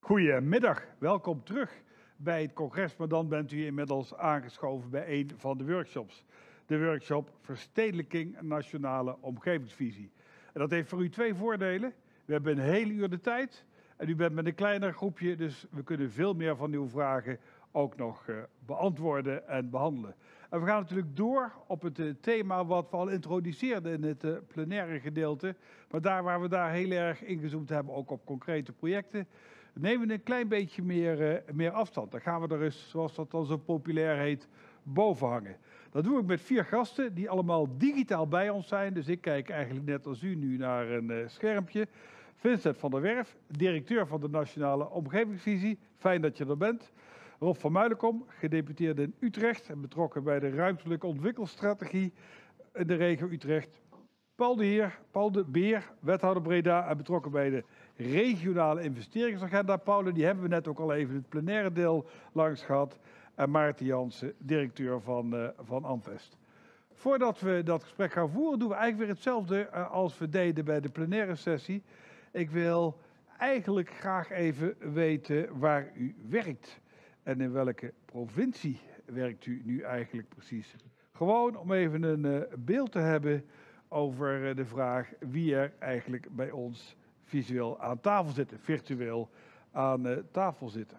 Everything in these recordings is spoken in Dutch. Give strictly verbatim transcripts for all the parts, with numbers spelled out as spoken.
Goedemiddag, welkom terug bij het congres, maar dan bent u inmiddels aangeschoven bij een van de workshops. De workshop Verstedelijking Nationale Omgevingsvisie. En dat heeft voor u twee voordelen. We hebben een hele uur de tijd en u bent met een kleiner groepje, dus we kunnen veel meer van uw vragen ook nog uh, beantwoorden en behandelen. En we gaan natuurlijk door op het uh, thema wat we al introduceerden in het uh, plenaire gedeelte, maar daar waar we daar heel erg ingezoomd hebben, ook op concrete projecten, nemen we een klein beetje meer, uh, meer afstand. Dan gaan we er eens, zoals dat dan zo populair heet, boven hangen. Dat doe ik met vier gasten die allemaal digitaal bij ons zijn. Dus ik kijk eigenlijk net als u nu naar een uh, schermpje. Vincent van der Werf, directeur van de Nationale Omgevingsvisie. Fijn dat je er bent. Rob van Muylenkom, gedeputeerde in Utrecht en betrokken bij de ruimtelijke ontwikkelstrategie in de regio Utrecht. Paul de Heer, Paul de Beer, wethouder Breda en betrokken bij de regionale investeringsagenda. Paul, die hebben we net ook al even het plenaire deel langs gehad. En Maarten Jansen, directeur van, uh, van Amvest. Voordat we dat gesprek gaan voeren, doen we eigenlijk weer hetzelfde uh, als we deden bij de plenaire sessie. Ik wil eigenlijk graag even weten waar u werkt. En in welke provincie werkt u nu eigenlijk precies? Gewoon om even een uh, beeld te hebben over uh, de vraag wie er eigenlijk bij ons visueel aan tafel zitten, virtueel aan uh, tafel zitten.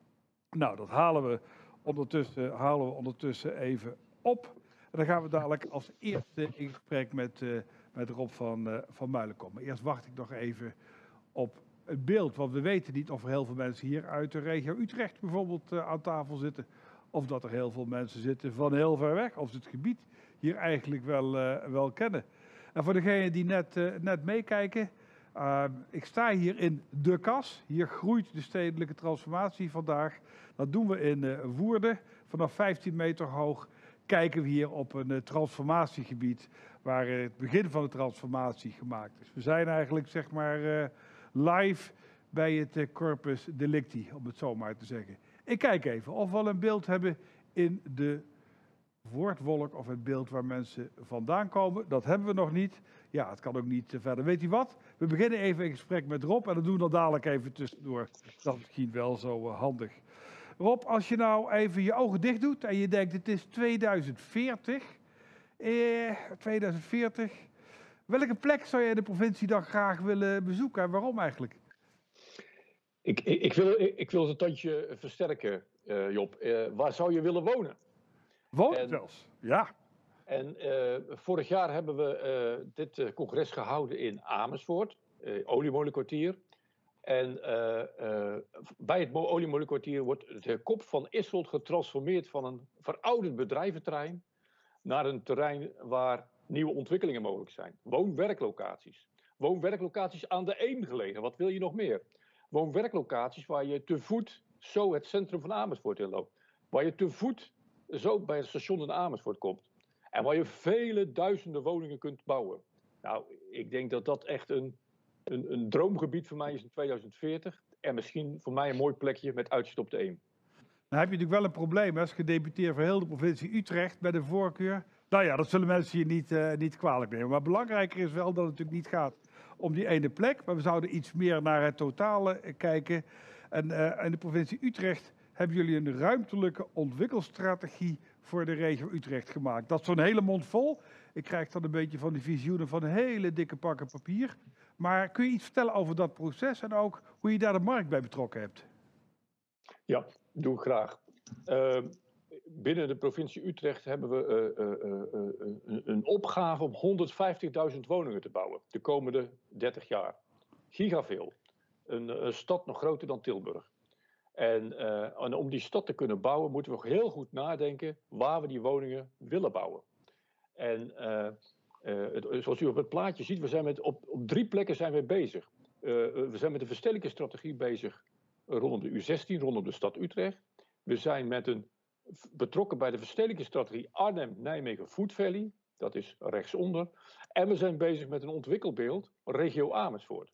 Nou, dat halen we, ondertussen, halen we ondertussen even op. En dan gaan we dadelijk als eerste in gesprek met, uh, met Rob van, uh, van Muylenkom. Maar eerst wacht ik nog even op het beeld, want we weten niet of er heel veel mensen hier uit de regio Utrecht bijvoorbeeld uh, aan tafel zitten. Of dat er heel veel mensen zitten van heel ver weg, of ze het gebied hier eigenlijk wel, uh, wel kennen. En voor degenen die net, uh, net meekijken, uh, ik sta hier in De Kas. Hier groeit de stedelijke transformatie vandaag. Dat doen we in uh, Woerden. Vanaf vijftien meter hoog kijken we hier op een uh, transformatiegebied waar uh, het begin van de transformatie gemaakt is. We zijn eigenlijk zeg maar uh, live bij het uh, corpus delicti, om het zo maar te zeggen. Ik kijk even of we al een beeld hebben in de woordwolk of het beeld waar mensen vandaan komen. Dat hebben we nog niet. Ja, het kan ook niet verder. Weet u wat? We beginnen even in gesprek met Rob en dat doen we dan dadelijk even tussendoor. Dat is misschien wel zo uh, handig. Rob, als je nou even je ogen dicht doet en je denkt het is tweeduizend veertig. Eh, tweeduizend veertig. Welke plek zou je in de provincie dan graag willen bezoeken en waarom eigenlijk? Ik, ik, ik, wil, ik, ik wil het een tandje versterken, uh, Job. Uh, waar zou je willen wonen? Wonen zelfs, ja. En uh, vorig jaar hebben we uh, dit uh, congres gehouden in Amersfoort, uh, Oliemolenkwartier. En uh, uh, bij het Oliemolenkwartier wordt de kop van Isselt getransformeerd van een verouderd bedrijventerrein naar een terrein waar nieuwe ontwikkelingen mogelijk zijn. Woon-werklocaties. Woon-werklocaties aan de Eem gelegen. Wat wil je nog meer? Woon-werklocaties waar je te voet zo het centrum van Amersfoort inloopt. Waar je te voet zo bij het station in Amersfoort komt. En waar je vele duizenden woningen kunt bouwen. Nou, ik denk dat dat echt een, een, een droomgebied voor mij is in tweeduizend veertig. En misschien voor mij een mooi plekje met uitzicht op de Eem. Dan heb je natuurlijk wel een probleem als gedeputeerd voor heel de provincie Utrecht bij de voorkeur. Nou ja, dat zullen mensen je niet, uh, niet kwalijk nemen. Maar belangrijker is wel dat het natuurlijk niet gaat om die ene plek. Maar we zouden iets meer naar het totale uh, kijken. En uh, in de provincie Utrecht hebben jullie een ruimtelijke ontwikkelstrategie voor de regio Utrecht gemaakt. Dat is zo'n hele mond vol. Ik krijg dan een beetje van die visioenen van hele dikke pakken papier. Maar kun je iets vertellen over dat proces en ook hoe je daar de markt bij betrokken hebt? Ja, doe ik graag. Uh, binnen de provincie Utrecht hebben we uh, uh, uh, uh, een opgave om honderdvijftigduizend woningen te bouwen de komende dertig jaar. Gigaveel. Een, een stad nog groter dan Tilburg. En, uh, en om die stad te kunnen bouwen moeten we heel goed nadenken waar we die woningen willen bouwen. En uh, uh, het, zoals u op het plaatje ziet, we zijn met, op, op drie plekken zijn we bezig. Uh, we zijn met de verstedelijkingsstrategie bezig rondom de U zestien, rondom de stad Utrecht. We zijn met een, betrokken bij de verstedelijkingsstrategie Arnhem-Nijmegen Food Valley. Dat is rechtsonder. En we zijn bezig met een ontwikkelbeeld regio Amersfoort.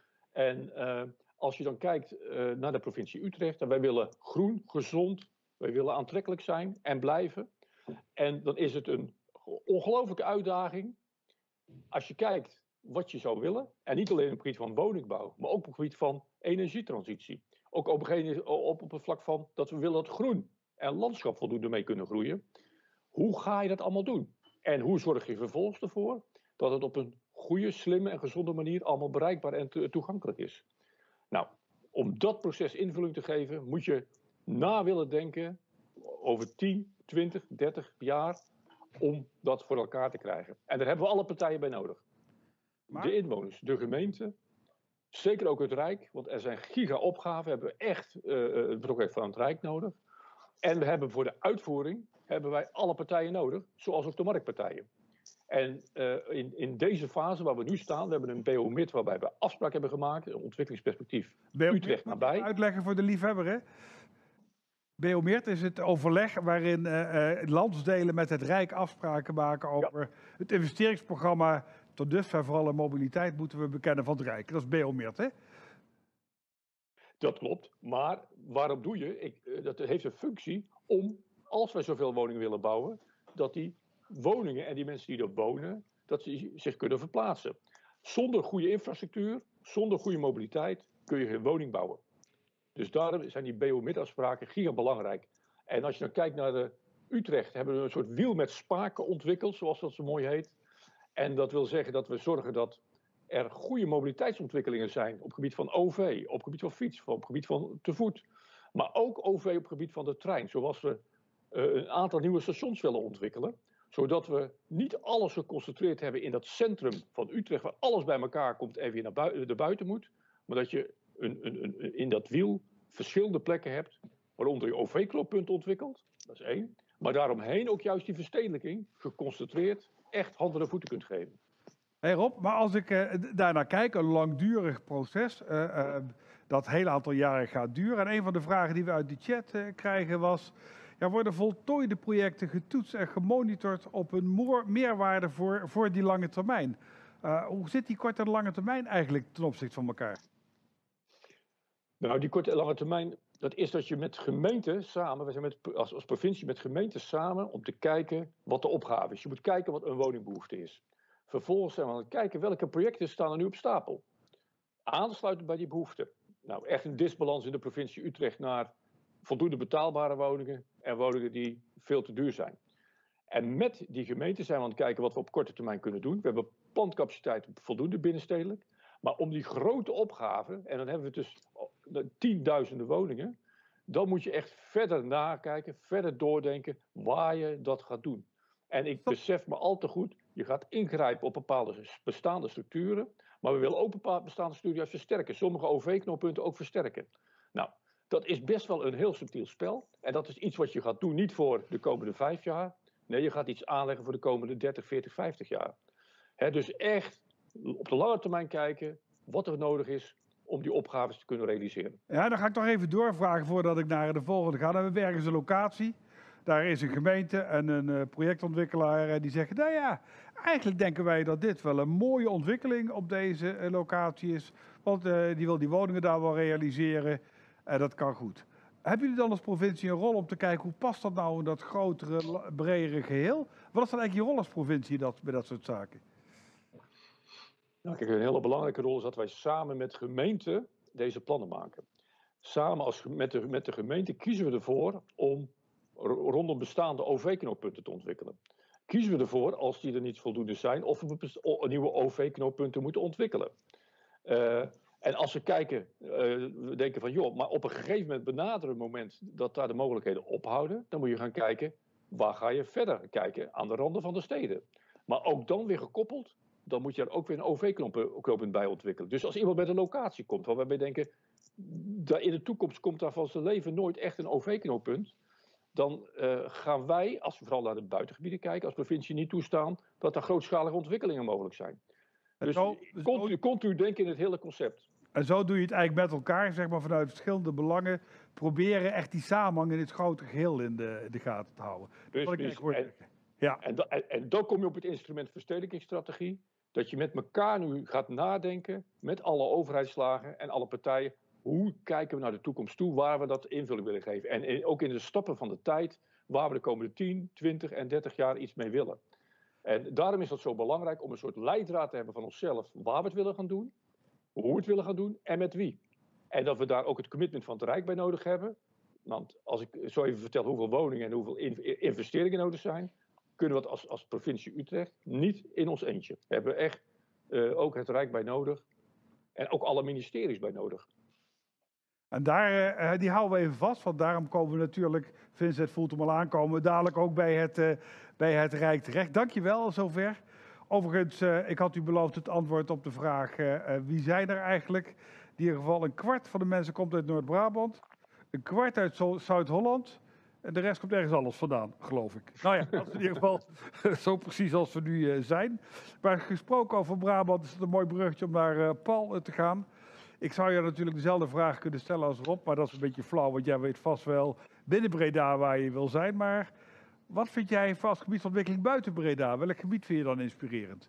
En uh, als je dan kijkt uh, naar de provincie Utrecht, en wij willen groen, gezond, wij willen aantrekkelijk zijn en blijven. En dan is het een ongelooflijke uitdaging als je kijkt wat je zou willen. En niet alleen op het gebied van woningbouw, maar ook op het gebied van energietransitie. ook op, een gegeven, op, op het vlak van dat we willen dat groen en landschap voldoende mee kunnen groeien. Hoe ga je dat allemaal doen? En hoe zorg je vervolgens ervoor dat het op een goede, slimme en gezonde manier allemaal bereikbaar en to- toegankelijk is? Nou, om dat proces invulling te geven, moet je na willen denken over tien, twintig, dertig jaar om dat voor elkaar te krijgen. En daar hebben we alle partijen bij nodig. Maar? De inwoners, de gemeente, zeker ook het Rijk, want er zijn giga-opgaven, hebben we echt uh, het betrokkenheid van het Rijk nodig. En we hebben voor de uitvoering hebben wij alle partijen nodig, zoals ook de marktpartijen. En uh, in, in deze fase waar we nu staan, we hebben een B O M I T waarbij we afspraak hebben gemaakt, een ontwikkelingsperspectief Utrecht nabij. Uitleggen voor de liefhebber, hè? B O M I T is het overleg waarin uh, uh, landsdelen met het Rijk afspraken maken over ja. het investeringsprogramma. Tot dusver vooral in mobiliteit moeten we bekennen van het Rijk. Dat is B O M I T, hè? Dat klopt, maar waarom doe je? Ik, uh, dat heeft een functie om, als wij zoveel woningen willen bouwen, dat die woningen en die mensen die er wonen, dat ze zich kunnen verplaatsen. Zonder goede infrastructuur, zonder goede mobiliteit, kun je geen woning bouwen. Dus daarom zijn die B O M I T-afspraken giga belangrijk. En als je dan kijkt naar de Utrecht, hebben we een soort wiel met spaken ontwikkeld, zoals dat zo mooi heet. En dat wil zeggen dat we zorgen dat er goede mobiliteitsontwikkelingen zijn op het gebied van O V, op het gebied van fiets, op het gebied van te voet. Maar ook O V op het gebied van de trein, zoals we uh, een aantal nieuwe stations willen ontwikkelen. Zodat we niet alles geconcentreerd hebben in dat centrum van Utrecht, waar alles bij elkaar komt en weer naar bui- de buiten moet. Maar dat je een, een, een, in dat wiel verschillende plekken hebt, waaronder je O V-knooppunten ontwikkelt. Dat is één. Maar daaromheen ook juist die verstedelijking geconcentreerd echt handen en voeten kunt geven. Hey Rob, maar als ik uh, daarnaar kijk, een langdurig proces, uh, uh, dat een heel aantal jaren gaat duren. En een van de vragen die we uit de chat uh, krijgen was, ja, worden voltooide projecten getoetst en gemonitord op een moor, meerwaarde voor, voor die lange termijn? Uh, hoe zit die korte en lange termijn eigenlijk ten opzichte van elkaar? Nou, die korte en lange termijn, dat is dat je met gemeenten samen, we zijn met, als, als provincie met gemeenten samen om te kijken wat de opgave is. Je moet kijken wat een woningbehoefte is. Vervolgens zijn we aan het kijken welke projecten staan er nu op stapel. Aansluitend bij die behoeften. Nou, echt een disbalans in de provincie Utrecht naar voldoende betaalbare woningen en woningen die veel te duur zijn. En met die gemeenten zijn we aan het kijken wat we op korte termijn kunnen doen. We hebben pandcapaciteit voldoende binnenstedelijk. Maar om die grote opgaven, en dan hebben we dus tienduizenden woningen, dan moet je echt verder nakijken, verder doordenken waar je dat gaat doen. En ik besef me al te goed, je gaat ingrijpen op bepaalde bestaande structuren, maar we willen ook bepaalde bestaande structuren versterken. Sommige O V-knooppunten ook versterken. Nou, dat is best wel een heel subtiel spel. En dat is iets wat je gaat doen, niet voor de komende vijf jaar. Nee, je gaat iets aanleggen voor de komende dertig, veertig, vijftig jaar. He, dus echt op de lange termijn kijken wat er nodig is om die opgaves te kunnen realiseren. Ja, dan ga ik toch even doorvragen voordat ik naar de volgende ga. Dan hebben we ergens een locatie. Daar is een gemeente en een uh, projectontwikkelaar uh, die zeggen, nou ja, eigenlijk denken wij dat dit wel een mooie ontwikkeling op deze uh, locatie is. Want uh, die wil die woningen daar wel realiseren en uh, dat kan goed. Hebben jullie dan als provincie een rol om te kijken hoe past dat nou in dat grotere, bredere geheel? Wat is dan eigenlijk je rol als provincie dat, bij dat soort zaken? Nou, kijk, een hele belangrijke rol is dat wij samen met gemeenten deze plannen maken. Samen als, met, de, met de gemeente kiezen we ervoor om rondom bestaande O V-knooppunten te ontwikkelen. Kiezen we ervoor, als die er niet voldoende zijn, of we nieuwe O V-knooppunten moeten ontwikkelen. Uh, en als we kijken, uh, we denken van joh, maar op een gegeven moment benaderen moment dat daar de mogelijkheden ophouden, dan moet je gaan kijken, waar ga je verder kijken? Aan de randen van de steden. Maar ook dan weer gekoppeld, dan moet je er ook weer een O V-knooppunt bij ontwikkelen. Dus als iemand bij de locatie komt, waarbij wij denken, in de toekomst komt daar van zijn leven nooit echt een O V-knooppunt, dan uh, gaan wij, als we vooral naar de buitengebieden kijken, als provincie niet toestaan dat er grootschalige ontwikkelingen mogelijk zijn. Dus zo, dus continu, continu denken in het hele concept. En zo doe je het eigenlijk met elkaar, zeg maar vanuit verschillende belangen, proberen echt die samenhang in het grote geheel in de, in de gaten te houden. Dus, dus, en, ja. en, en, en dan kom je op het instrument verstedelijkingsstrategie, dat je met elkaar nu gaat nadenken, met alle overheidslagen en alle partijen, hoe kijken we naar de toekomst toe, waar we dat invulling willen geven. En, en ook in de stappen van de tijd, waar we de komende tien, twintig en dertig jaar iets mee willen. En daarom is dat zo belangrijk om een soort leidraad te hebben van onszelf, waar we het willen gaan doen, hoe we het willen gaan doen en met wie. En dat we daar ook het commitment van het Rijk bij nodig hebben. Want als ik zo even vertel hoeveel woningen en hoeveel investeringen nodig zijn, kunnen we het als, als provincie Utrecht niet in ons eentje. We hebben echt uh, ook het Rijk bij nodig. En ook alle ministeries bij nodig. En daar, uh, die houden we even vast, want daarom komen we natuurlijk, Vincent voelt hem al aankomen, dadelijk ook bij het, uh, bij het Rijk terecht. Dankjewel, zover. Overigens, uh, ik had u beloofd het antwoord op de vraag, uh, uh, wie zijn er eigenlijk? In ieder geval een kwart van de mensen komt uit Noord-Brabant, een kwart uit Zuid-Holland en de rest komt ergens anders vandaan, geloof ik. Nou ja, dat is in ieder geval zo precies als we nu uh, zijn. Maar gesproken over Brabant is het een mooi bruggetje om naar uh, Paul uh, te gaan. Ik zou je natuurlijk dezelfde vraag kunnen stellen als Rob, maar dat is een beetje flauw, want jij weet vast wel binnen Breda waar je wil zijn. Maar wat vind jij van het gebied van ontwikkeling buiten Breda? Welk gebied vind je dan inspirerend?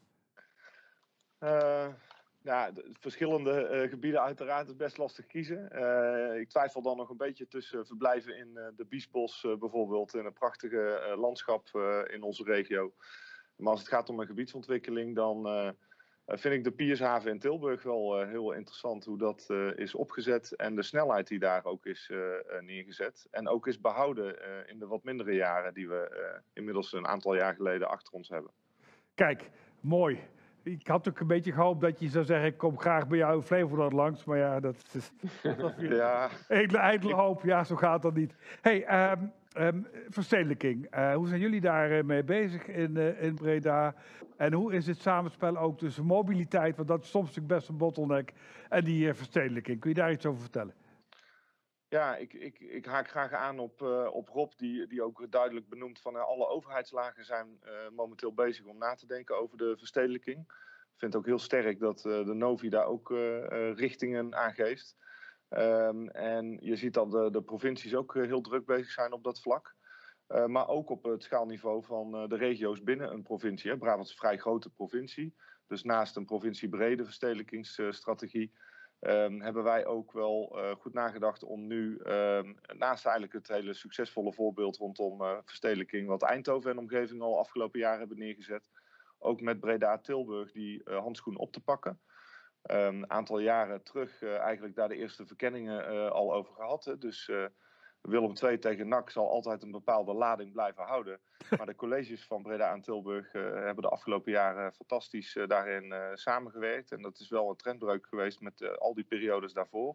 Uh, ja, de verschillende uh, gebieden uiteraard is best lastig kiezen. Uh, ik twijfel dan nog een beetje tussen verblijven in uh, de Biesbos uh, bijvoorbeeld, in een prachtige uh, landschap uh, in onze regio. Maar als het gaat om een gebiedsontwikkeling, dan uh, vind ik de Piershaven in Tilburg wel uh, heel interessant hoe dat uh, is opgezet en de snelheid die daar ook is uh, neergezet. En ook is behouden uh, in de wat mindere jaren die we uh, inmiddels een aantal jaar geleden achter ons hebben. Kijk, mooi. Ik had ook een beetje gehoopt dat je zou zeggen, ik kom graag bij jou in Flevoland langs. Maar ja, dat is, dat is ja. een ijdele hoop. Ja, zo gaat dat niet. Hey, um, um, verstedelijking. Uh, hoe zijn jullie daar mee bezig in, uh, in Breda? En hoe is het samenspel ook tussen mobiliteit, want dat is soms natuurlijk best een bottleneck, en die uh, verstedelijking? Kun je daar iets over vertellen? Ja, ik, ik, ik haak graag aan op, uh, op Rob, die, die ook duidelijk benoemt van uh, alle overheidslagen zijn uh, momenteel bezig om na te denken over de verstedelijking. Ik vind het ook heel sterk dat uh, de Novi daar ook uh, uh, richtingen aan geeft. Um, en je ziet dat de, de provincies ook uh, heel druk bezig zijn op dat vlak. Uh, maar ook op het schaalniveau van uh, de regio's binnen een provincie. Hè. Brabant is een vrij grote provincie. Dus naast een provinciebrede verstedelijkingsstrategie Um, hebben wij ook wel uh, goed nagedacht om nu, um, naast eigenlijk het hele succesvolle voorbeeld rondom uh, verstedelijking, wat Eindhoven en omgeving al afgelopen jaar hebben neergezet, ook met Breda-Tilburg die uh, handschoen op te pakken. Een um, aantal jaren terug uh, eigenlijk daar de eerste verkenningen uh, al over gehad. Hè. Dus uh, Willem twee tegen N A C zal altijd een bepaalde lading blijven houden. Maar de colleges van Breda en Tilburg uh, hebben de afgelopen jaren fantastisch uh, daarin uh, samengewerkt. En dat is wel een trendbreuk geweest met uh, al die periodes daarvoor.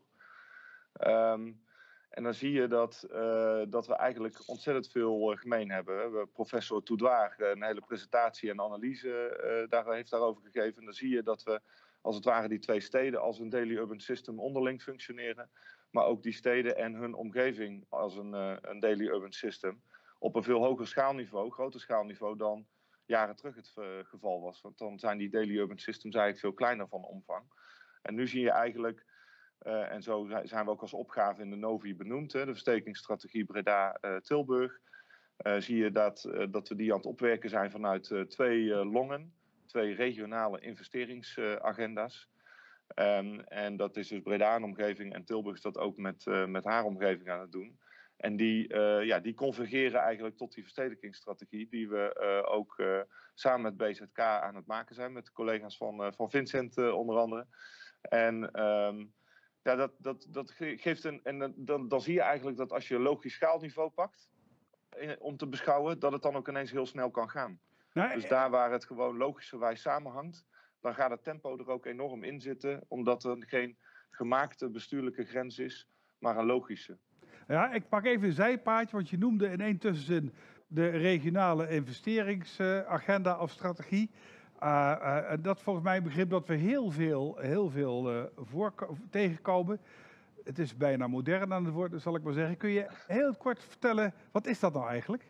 Um, en dan zie je dat, uh, dat we eigenlijk ontzettend veel uh, gemeen hebben. We hebben professor Toudoir uh, een hele presentatie en analyse uh, daar, heeft daarover gegeven. En dan zie je dat we als het ware die twee steden als een daily urban system onderling functioneren. Maar ook die steden en hun omgeving als een, uh, een daily urban system op een veel hoger schaalniveau, groter schaalniveau dan jaren terug het uh, geval was. Want dan zijn die daily urban systems eigenlijk veel kleiner van omvang. En nu zie je eigenlijk, uh, en zo zijn we ook als opgave in de Novi benoemd, hè, de verstekingsstrategie Breda-Tilburg, uh, uh, zie je dat, uh, dat we die aan het opwerken zijn vanuit uh, twee uh, longen, twee regionale investeringsagenda's. Um, en dat is dus Breda en omgeving en Tilburg is dat ook met, uh, met haar omgeving aan het doen. En die, uh, ja, die convergeren eigenlijk tot die verstedelijkingsstrategie die we uh, ook uh, samen met B Z K aan het maken zijn. Met de collega's van, uh, van Vincent uh, onder andere. En um, ja, dat, dat, dat geeft een... En dan, dan zie je eigenlijk dat als je logisch schaalniveau pakt in, om te beschouwen, dat het dan ook ineens heel snel kan gaan. Nee. Dus daar waar het gewoon logischerwijs samenhangt, dan gaat het tempo er ook enorm in zitten, omdat er geen gemaakte bestuurlijke grens is, maar een logische. Ja, ik pak even een zijpaadje, want je noemde in één tussenzin de regionale investeringsagenda of strategie. Uh, uh, dat is volgens mij een begrip dat we heel veel, heel veel uh, voor, tegenkomen. Het is bijna modern aan het worden, zal ik maar zeggen. Kun je heel kort vertellen, wat is dat nou eigenlijk?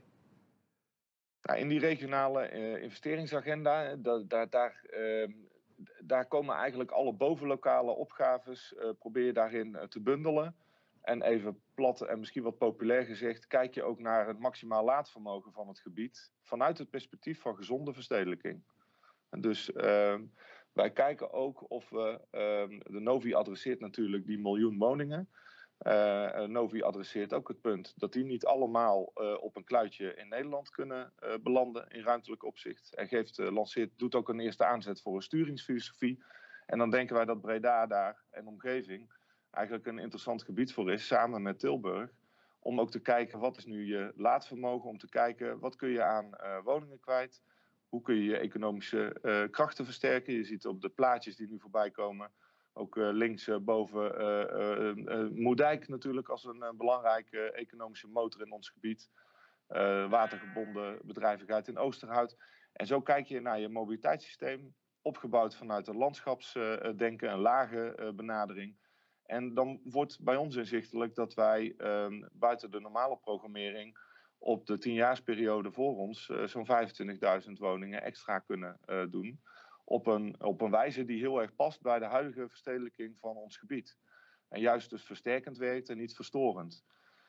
Nou, in die regionale uh, investeringsagenda, da, da, daar, uh, daar komen eigenlijk alle bovenlokale opgaves, uh, probeer je daarin uh, te bundelen. En even plat en misschien wat populair gezegd, kijk je ook naar het maximaal laadvermogen van het gebied vanuit het perspectief van gezonde verstedelijking. En dus uh, wij kijken ook of we, uh, de Novi adresseert natuurlijk die miljoen woningen. Uh, Novi adresseert ook het punt dat die niet allemaal uh, op een kluitje in Nederland kunnen uh, belanden in ruimtelijk opzicht. En geeft, uh, lanceert, doet ook een eerste aanzet voor een sturingsfilosofie. En dan denken wij dat Breda daar en omgeving eigenlijk een interessant gebied voor is, samen met Tilburg. Om ook te kijken, wat is nu je laadvermogen? Om te kijken, wat kun je aan uh, woningen kwijt? Hoe kun je je economische uh, krachten versterken? Je ziet op de plaatjes die nu voorbij komen, ook uh, links uh, boven uh, uh, uh, Moerdijk natuurlijk als een uh, belangrijke economische motor in ons gebied. Uh, watergebonden bedrijvigheid in Oosterhout. En zo kijk je naar je mobiliteitssysteem, opgebouwd vanuit een landschapsdenken, uh, een lage uh, benadering. En dan wordt bij ons inzichtelijk dat wij uh, buiten de normale programmering op de tienjaarsperiode voor ons uh, zo'n vijfentwintigduizend woningen extra kunnen uh, doen. Op een, op een wijze die heel erg past bij de huidige verstedelijking van ons gebied. En juist dus versterkend werkt en niet verstorend.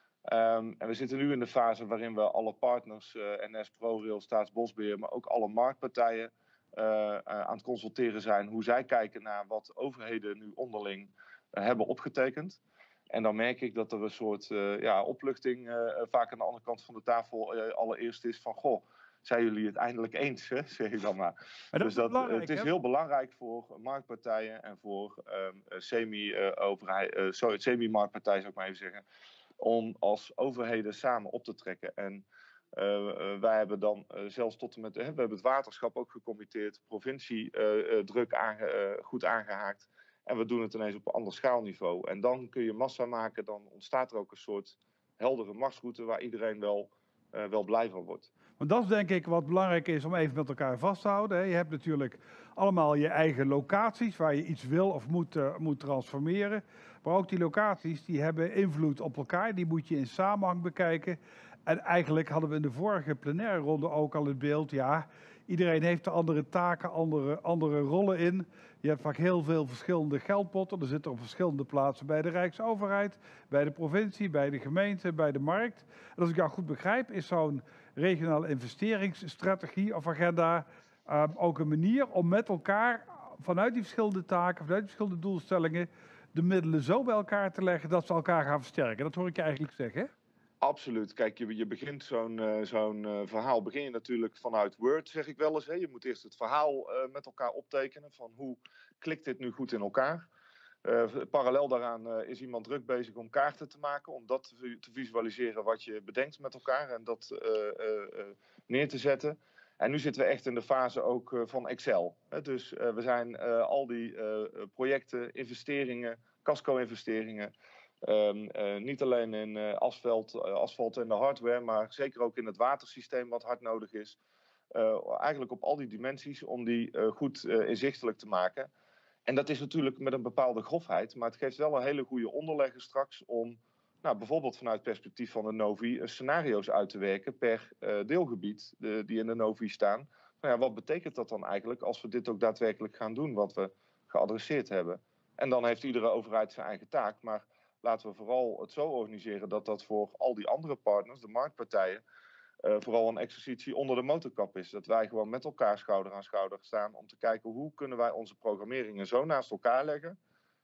Um, en we zitten nu in de fase waarin we alle partners, uh, N S, ProRail, Staatsbosbeheer, maar ook alle marktpartijen uh, uh, aan het consulteren zijn hoe zij kijken naar wat overheden nu onderling uh, hebben opgetekend. En dan merk ik dat er een soort uh, ja, opluchting uh, vaak aan de andere kant van de tafel uh, allereerst is van, goh, zijn jullie het eindelijk eens, hè? Zeg ik dan maar. maar dat dus dat, uh, het is hè? heel belangrijk voor marktpartijen en voor um, semi-overheid, uh, sorry, semi-marktpartijen zou ik maar even zeggen, om als overheden samen op te trekken. En uh, uh, wij hebben dan uh, zelfs tot en met, uh, we hebben het waterschap ook gecommitteerd, provincie uh, uh, druk aange, uh, goed aangehaakt. En we doen het ineens op een ander schaalniveau. En dan kun je massa maken, dan ontstaat er ook een soort heldere marsroute waar iedereen wel, uh, wel blij van wordt. Want dat is denk ik wat belangrijk is om even met elkaar vast te houden. Hè. Je hebt natuurlijk allemaal je eigen locaties waar je iets wil of moet, uh, moet transformeren. Maar ook die locaties die hebben invloed op elkaar. Die moet je in samenhang bekijken. En eigenlijk hadden we in de vorige plenaire ronde ook al het beeld, ja, iedereen heeft er andere taken, andere, andere rollen in. Je hebt vaak heel veel verschillende geldpotten. Er zitten op verschillende plaatsen bij de Rijksoverheid, bij de provincie, bij de gemeente, bij de markt. En als ik jou goed begrijp, is zo'n regionale investeringsstrategie of agenda uh, ook een manier om met elkaar vanuit die verschillende taken, vanuit die verschillende doelstellingen, de middelen zo bij elkaar te leggen dat ze elkaar gaan versterken. Dat hoor ik je eigenlijk zeggen. Absoluut. Kijk, je, je begint zo'n uh, zo'n uh, verhaal begin je natuurlijk vanuit Word, zeg ik wel eens. Hè. Je moet eerst het verhaal uh, met elkaar optekenen van hoe klikt dit nu goed in elkaar. Uh, parallel daaraan uh, is iemand druk bezig om kaarten te maken, om dat te, te visualiseren wat je bedenkt met elkaar en dat uh, uh, uh, neer te zetten. En nu zitten we echt in de fase ook uh, van Excel. Hè. Dus uh, we zijn uh, al die uh, projecten, investeringen, casco-investeringen, Um, uh, niet alleen in uh, asfalt, uh, asfalt en de hardware, maar zeker ook in het watersysteem wat hard nodig is. Uh, eigenlijk op al die dimensies om die uh, goed uh, inzichtelijk te maken. En dat is natuurlijk met een bepaalde grofheid, maar het geeft wel een hele goede onderlegger straks om nou, bijvoorbeeld vanuit het perspectief van de Novi uh, scenario's uit te werken per uh, deelgebied uh, die in de Novi staan. Nou ja, wat betekent dat dan eigenlijk als we dit ook daadwerkelijk gaan doen, wat we geadresseerd hebben? En dan heeft iedere overheid zijn eigen taak, maar laten we vooral het zo organiseren dat dat voor al die andere partners, de marktpartijen, uh, vooral een exercitie onder de motorkap is. Dat wij gewoon met elkaar schouder aan schouder staan om te kijken hoe kunnen wij onze programmeringen zo naast elkaar leggen,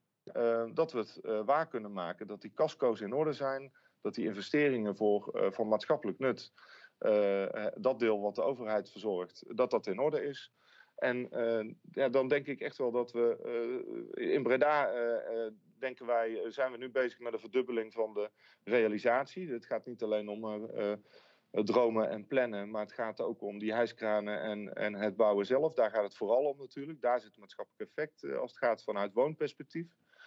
uh, dat we het uh, waar kunnen maken. Dat die casco's in orde zijn, dat die investeringen voor, uh, voor maatschappelijk nut, uh, dat deel wat de overheid verzorgt, dat dat in orde is. En uh, ja, dan denk ik echt wel dat we uh, in Breda uh, uh, denken wij, zijn we nu bezig met een verdubbeling van de realisatie. Het gaat niet alleen om uh, uh, dromen en plannen, maar het gaat ook om die hijskranen en, en het bouwen zelf. Daar gaat het vooral om natuurlijk. Daar zit het maatschappelijk effect uh, als het gaat vanuit woonperspectief.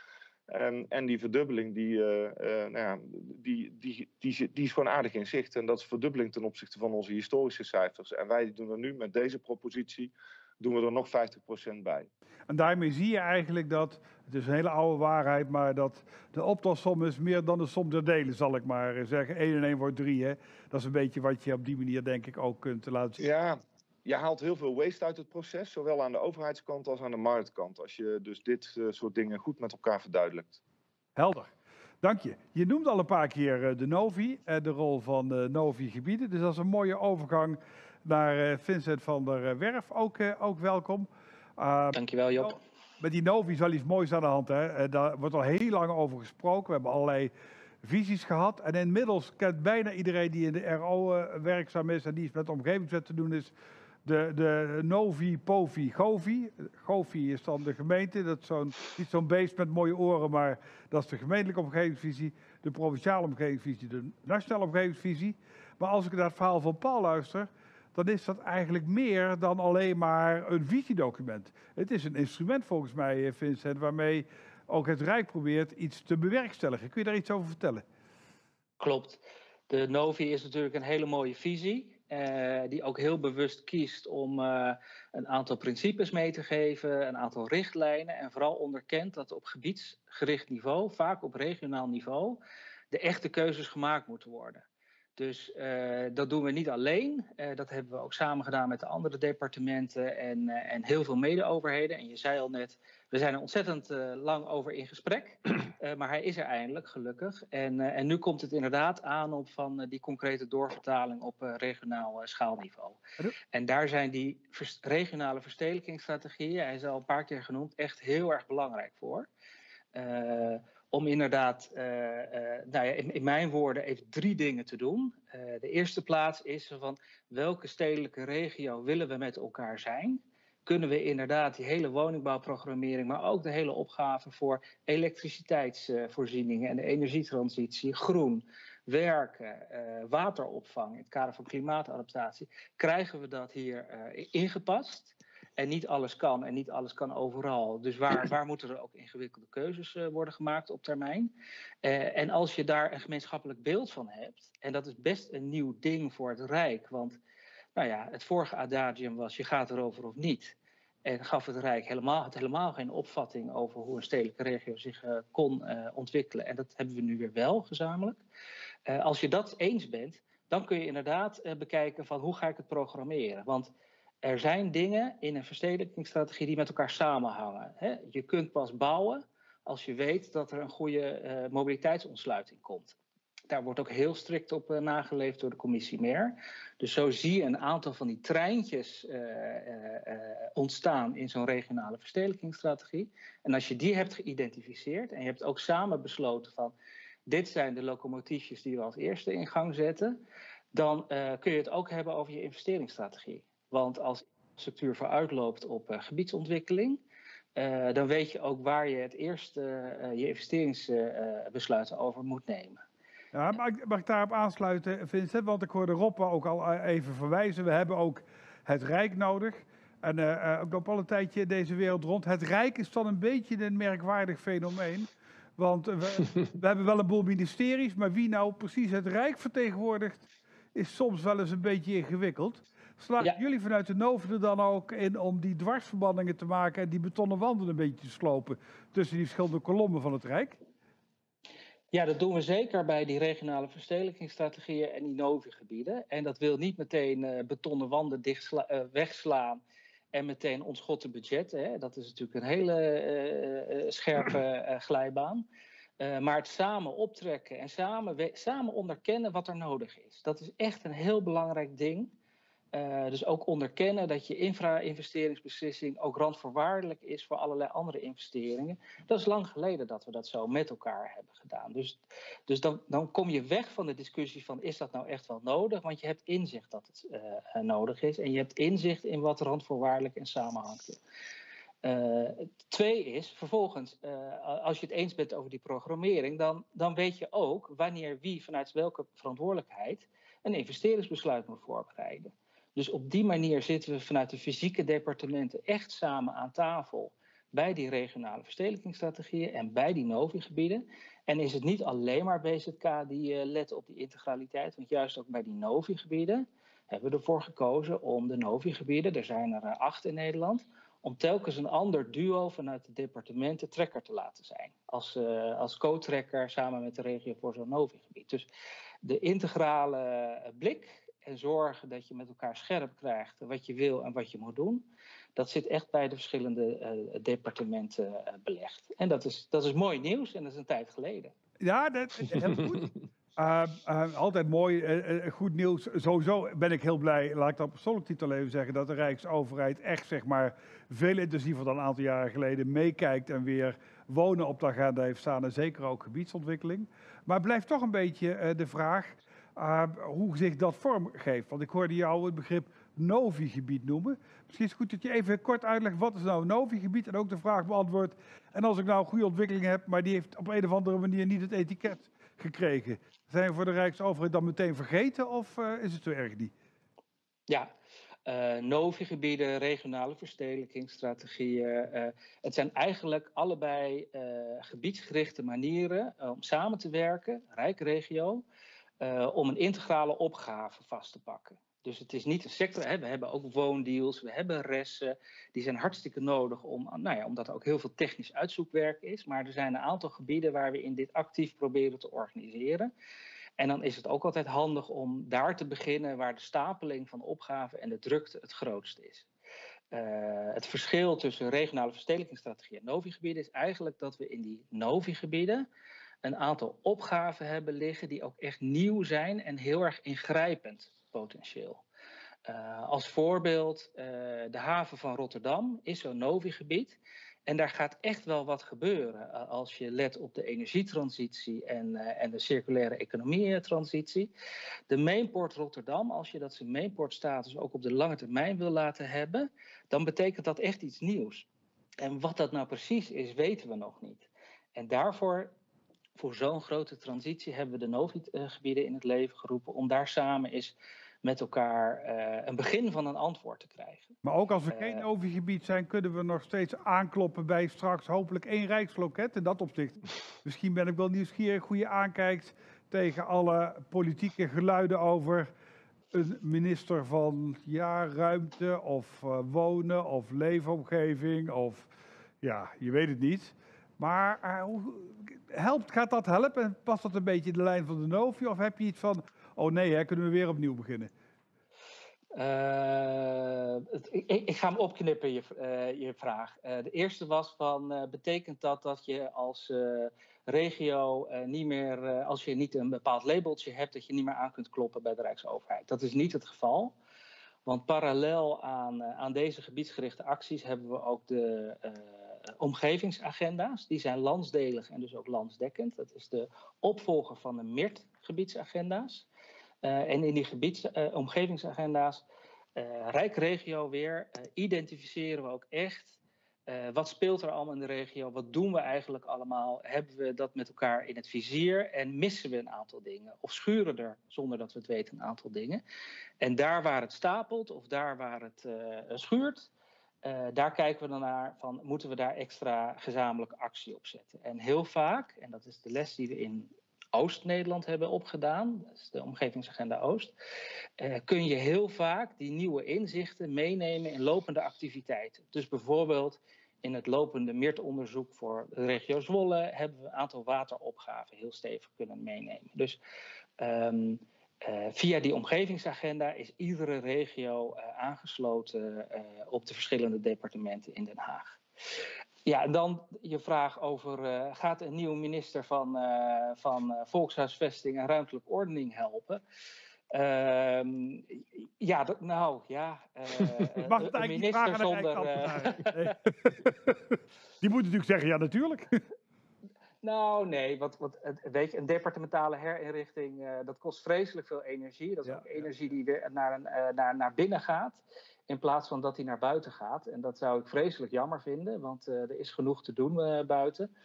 Um, en die verdubbeling, die, uh, uh, nou ja, die, die, die, die is gewoon aardig in zicht. En dat is verdubbeling ten opzichte van onze historische cijfers. En wij doen er nu met deze propositie, doen we er nog vijftig procent bij. En daarmee zie je eigenlijk dat, het is een hele oude waarheid, maar dat de optelsom is meer dan de som der delen, zal ik maar zeggen. één en één wordt drie, hè. Dat is een beetje wat je op die manier denk ik ook kunt laten zien. Ja, je haalt heel veel waste uit het proces, zowel aan de overheidskant als aan de marktkant. Als je dus dit uh, soort dingen goed met elkaar verduidelijkt. Helder. Dank je. Je noemde al een paar keer uh, de Novi, uh, de rol van uh, Novi gebieden. Dus dat is een mooie overgang naar uh, Vincent van der Werf. Ook, uh, ook welkom. Uh, Dankjewel Job. Met die Novi is wel iets moois aan de hand. Hè? Daar wordt al heel lang over gesproken. We hebben allerlei visies gehad. En inmiddels kent bijna iedereen die in de R O uh, werkzaam is en die iets met de omgevingswet te doen is, De, de Novi, Povi, Govi. Govi is dan de gemeente. Dat is zo'n, niet zo'n beest met mooie oren, maar dat is de gemeentelijke omgevingsvisie. De provinciale omgevingsvisie, de nationale omgevingsvisie. Maar als ik naar het verhaal van Paul luister, dan is dat eigenlijk meer dan alleen maar een visiedocument. Het is een instrument volgens mij, Vincent, waarmee ook het Rijk probeert iets te bewerkstelligen. Kun je daar iets over vertellen? Klopt. De Novi is natuurlijk een hele mooie visie, eh, die ook heel bewust kiest om uh, een aantal principes mee te geven, een aantal richtlijnen en vooral onderkent dat op gebiedsgericht niveau, vaak op regionaal niveau, de echte keuzes gemaakt moeten worden. Dus uh, dat doen we niet alleen. Uh, dat hebben we ook samen gedaan met de andere departementen en, uh, en heel veel mede-overheden. En je zei al net, we zijn er ontzettend uh, lang over in gesprek. Uh, maar hij is er eindelijk, gelukkig. En, uh, en nu komt het inderdaad aan op van uh, die concrete doorvertaling op uh, regionaal uh, schaalniveau. En daar zijn die vers- regionale verstedelijkingsstrategieën, hij is al een paar keer genoemd, echt heel erg belangrijk voor. Uh, Om inderdaad, uh, uh, nou ja, in, in mijn woorden, even drie dingen te doen. Uh, de eerste plaats is van welke stedelijke regio willen we met elkaar zijn? Kunnen we inderdaad die hele woningbouwprogrammering, maar ook de hele opgave voor elektriciteitsvoorzieningen en de energietransitie, groen, werken, uh, wateropvang in het kader van klimaatadaptatie, krijgen we dat hier uh, ingepast? En niet alles kan en niet alles kan overal. Dus waar, waar moeten er ook ingewikkelde keuzes uh, worden gemaakt op termijn? Uh, en als je daar een gemeenschappelijk beeld van hebt, en dat is best een nieuw ding voor het Rijk, want nou ja, het vorige adagium was je gaat erover of niet. En gaf het Rijk helemaal, had helemaal geen opvatting over hoe een stedelijke regio zich uh, kon uh, ontwikkelen. En dat hebben we nu weer wel gezamenlijk. Uh, als je dat eens bent, dan kun je inderdaad uh, bekijken van hoe ga ik het programmeren. Want er zijn dingen in een verstedelijkingsstrategie die met elkaar samenhangen. Hè? Je kunt pas bouwen als je weet dat er een goede uh, mobiliteitsontsluiting komt. Daar wordt ook heel strikt op uh, nageleefd door de commissie Meer. Dus zo zie je een aantal van die treintjes uh, uh, uh, ontstaan in zo'n regionale verstedelijkingsstrategie. En als je die hebt geïdentificeerd en je hebt ook samen besloten van dit zijn de locomotiefjes die we als eerste in gang zetten, dan uh, kun je het ook hebben over je investeringsstrategie. Want als structuur vooruitloopt op uh, gebiedsontwikkeling, uh, dan weet je ook waar je het eerst uh, uh, je investeringsbesluiten uh, over moet nemen. Ja, mag ik, mag ik daarop aansluiten, Vincent? Want ik hoorde Rob ook al even verwijzen. We hebben ook het Rijk nodig. En uh, ik loop al een tijdje deze wereld rond. Het Rijk is dan een beetje een merkwaardig fenomeen. Want uh, we, we hebben wel een boel ministeries, maar wie nou precies het Rijk vertegenwoordigt, is soms wel eens een beetje ingewikkeld. Slagen ja. jullie vanuit de Novi er dan ook in om die dwarsverbandingen te maken en die betonnen wanden een beetje te slopen tussen die verschillende kolommen van het Rijk? Ja, dat doen we zeker bij die regionale verstedelijkingsstrategieën en die Novi-gebieden. En dat wil niet meteen uh, betonnen wanden dichtsla- uh, wegslaan en meteen ontschotten budgetten. Hè. Dat is natuurlijk een hele uh, uh, scherpe uh, glijbaan. Uh, maar het samen optrekken en samen, we- samen onderkennen wat er nodig is. Dat is echt een heel belangrijk ding. Uh, dus ook onderkennen dat je infra-investeringsbeslissing ook randvoorwaardelijk is voor allerlei andere investeringen. Dat is lang geleden dat we dat zo met elkaar hebben gedaan. Dus, dus dan, dan kom je weg van de discussie van is dat nou echt wel nodig? Want je hebt inzicht dat het uh, nodig is en je hebt inzicht in wat randvoorwaardelijk en samenhangt. Uh, twee is, vervolgens, uh, als je het eens bent over die programmering, dan, dan weet je ook wanneer wie vanuit welke verantwoordelijkheid een investeringsbesluit moet voorbereiden. Dus op die manier zitten we vanuit de fysieke departementen echt samen aan tafel bij die regionale verstedelijkingsstrategieën en bij die Novi-gebieden. En is het niet alleen maar B Z K die uh, let op die integraliteit, want juist ook bij die Novi-gebieden hebben we ervoor gekozen om de Novi-gebieden, er zijn er uh, acht in Nederland, om telkens een ander duo vanuit de departementen trekker te laten zijn. Als, uh, als co-trekker samen met de regio voor zo'n Novi-gebied. Dus de integrale blik en zorgen dat je met elkaar scherp krijgt wat je wil en wat je moet doen. Dat zit echt bij de verschillende uh, departementen uh, belegd. En dat is, dat is mooi nieuws en dat is een tijd geleden. Ja, dat is heel goed. Uh, uh, altijd mooi, uh, uh, goed nieuws. Sowieso ben ik heel blij, laat ik dat op persoonlijk titel even zeggen, dat de Rijksoverheid echt zeg maar veel intensiever dan een aantal jaren geleden meekijkt en weer wonen op de agenda heeft staan en zeker ook gebiedsontwikkeling. Maar het blijft toch een beetje uh, de vraag uh, hoe zich dat vorm geeft. Want ik hoorde jou het begrip Novi-gebied noemen. Misschien is het goed dat je even kort uitlegt wat is nou een Novi-gebied en ook de vraag beantwoordt. En als ik nou een goede ontwikkeling heb, maar die heeft op een of andere manier niet het etiket gekregen. Zijn we voor de Rijksoverheid dan meteen vergeten of uh, is het zo erg niet? Ja, uh, Novi-gebieden, regionale verstedelijkingsstrategieën. Uh, het zijn eigenlijk allebei uh, gebiedsgerichte manieren uh, om samen te werken, rijkregio, uh, om een integrale opgave vast te pakken. Dus het is niet een sector, hè. We hebben ook woondeals, we hebben ressen. Die zijn hartstikke nodig, om, nou ja, omdat er ook heel veel technisch uitzoekwerk is. Maar er zijn een aantal gebieden waar we in dit actief proberen te organiseren. En dan is het ook altijd handig om daar te beginnen waar de stapeling van opgaven en de drukte het grootst is. Uh, het verschil tussen regionale verstedelijkingsstrategie en Novi-gebieden is eigenlijk dat we in die Novi-gebieden een aantal opgaven hebben liggen die ook echt nieuw zijn en heel erg ingrijpend potentieel. Uh, als voorbeeld, uh, de haven van Rotterdam is zo'n Novi-gebied. En daar gaat echt wel wat gebeuren uh, als je let op de energietransitie en, uh, en de circulaire economie-transitie. De Mainport Rotterdam, als je dat zijn Mainport-status ook op de lange termijn wil laten hebben, dan betekent dat echt iets nieuws. En wat dat nou precies is, weten we nog niet. En daarvoor, voor zo'n grote transitie, hebben we de Novi-gebieden in het leven geroepen om daar samen eens met elkaar uh, een begin van een antwoord te krijgen. Maar ook als we uh, geen Novi-gebied zijn, kunnen we nog steeds aankloppen bij straks hopelijk één Rijksloket. In dat opzicht, misschien ben ik wel nieuwsgierig hoe je aankijkt tegen alle politieke geluiden over een minister van ja, ruimte of uh, wonen of leefomgeving of ja, je weet het niet. Maar uh, hoe, helpt, gaat dat helpen en past dat een beetje in de lijn van de Novi of heb je iets van oh nee, hè, kunnen we weer opnieuw beginnen? Uh, het, ik, ik ga hem opknippen, je, uh, je vraag. Uh, de eerste was van, uh, betekent dat dat je als uh, regio uh, niet meer, uh, als je niet een bepaald labeltje hebt, dat je niet meer aan kunt kloppen bij de Rijksoverheid? Dat is niet het geval. Want parallel aan, uh, aan deze gebiedsgerichte acties hebben we ook de uh, omgevingsagenda's. Die zijn landsdelig en dus ook landsdekkend. Dat is de opvolger van de M I R T-gebiedsagenda's. Uh, en in die gebieds, uh, omgevingsagenda's, uh, Rijkregio weer, uh, identificeren we ook echt uh, wat speelt er allemaal in de regio, wat doen we eigenlijk allemaal, hebben we dat met elkaar in het vizier en missen we een aantal dingen of schuren er zonder dat we het weten een aantal dingen. En daar waar het stapelt of daar waar het uh, schuurt, uh, daar kijken we dan naar van moeten we daar extra gezamenlijke actie op zetten. En heel vaak, en dat is de les die we in Oost-Nederland hebben opgedaan, dat is de omgevingsagenda Oost, uh, kun je heel vaak die nieuwe inzichten meenemen in lopende activiteiten. Dus bijvoorbeeld in het lopende M I R T-onderzoek voor de regio Zwolle hebben we een aantal wateropgaven heel stevig kunnen meenemen. Dus um, uh, via die omgevingsagenda is iedere regio uh, aangesloten uh, op de verschillende departementen in Den Haag. Ja, en dan je vraag over, uh, gaat een nieuwe minister van, uh, van uh, Volkshuisvesting en Ruimtelijke Ordening helpen? Uh, ja, dat, nou ja, uh, mag het een minister zonder... Uh... Nee. Die moet natuurlijk zeggen, ja natuurlijk. Nou nee, wat, wat, weet je, een departementale herinrichting, uh, dat kost vreselijk veel energie. Dat is ja, ook energie ja. die weer naar, een, uh, naar, naar binnen gaat. In plaats van dat hij naar buiten gaat. En dat zou ik vreselijk jammer vinden. Want uh, er is genoeg te doen uh, buiten.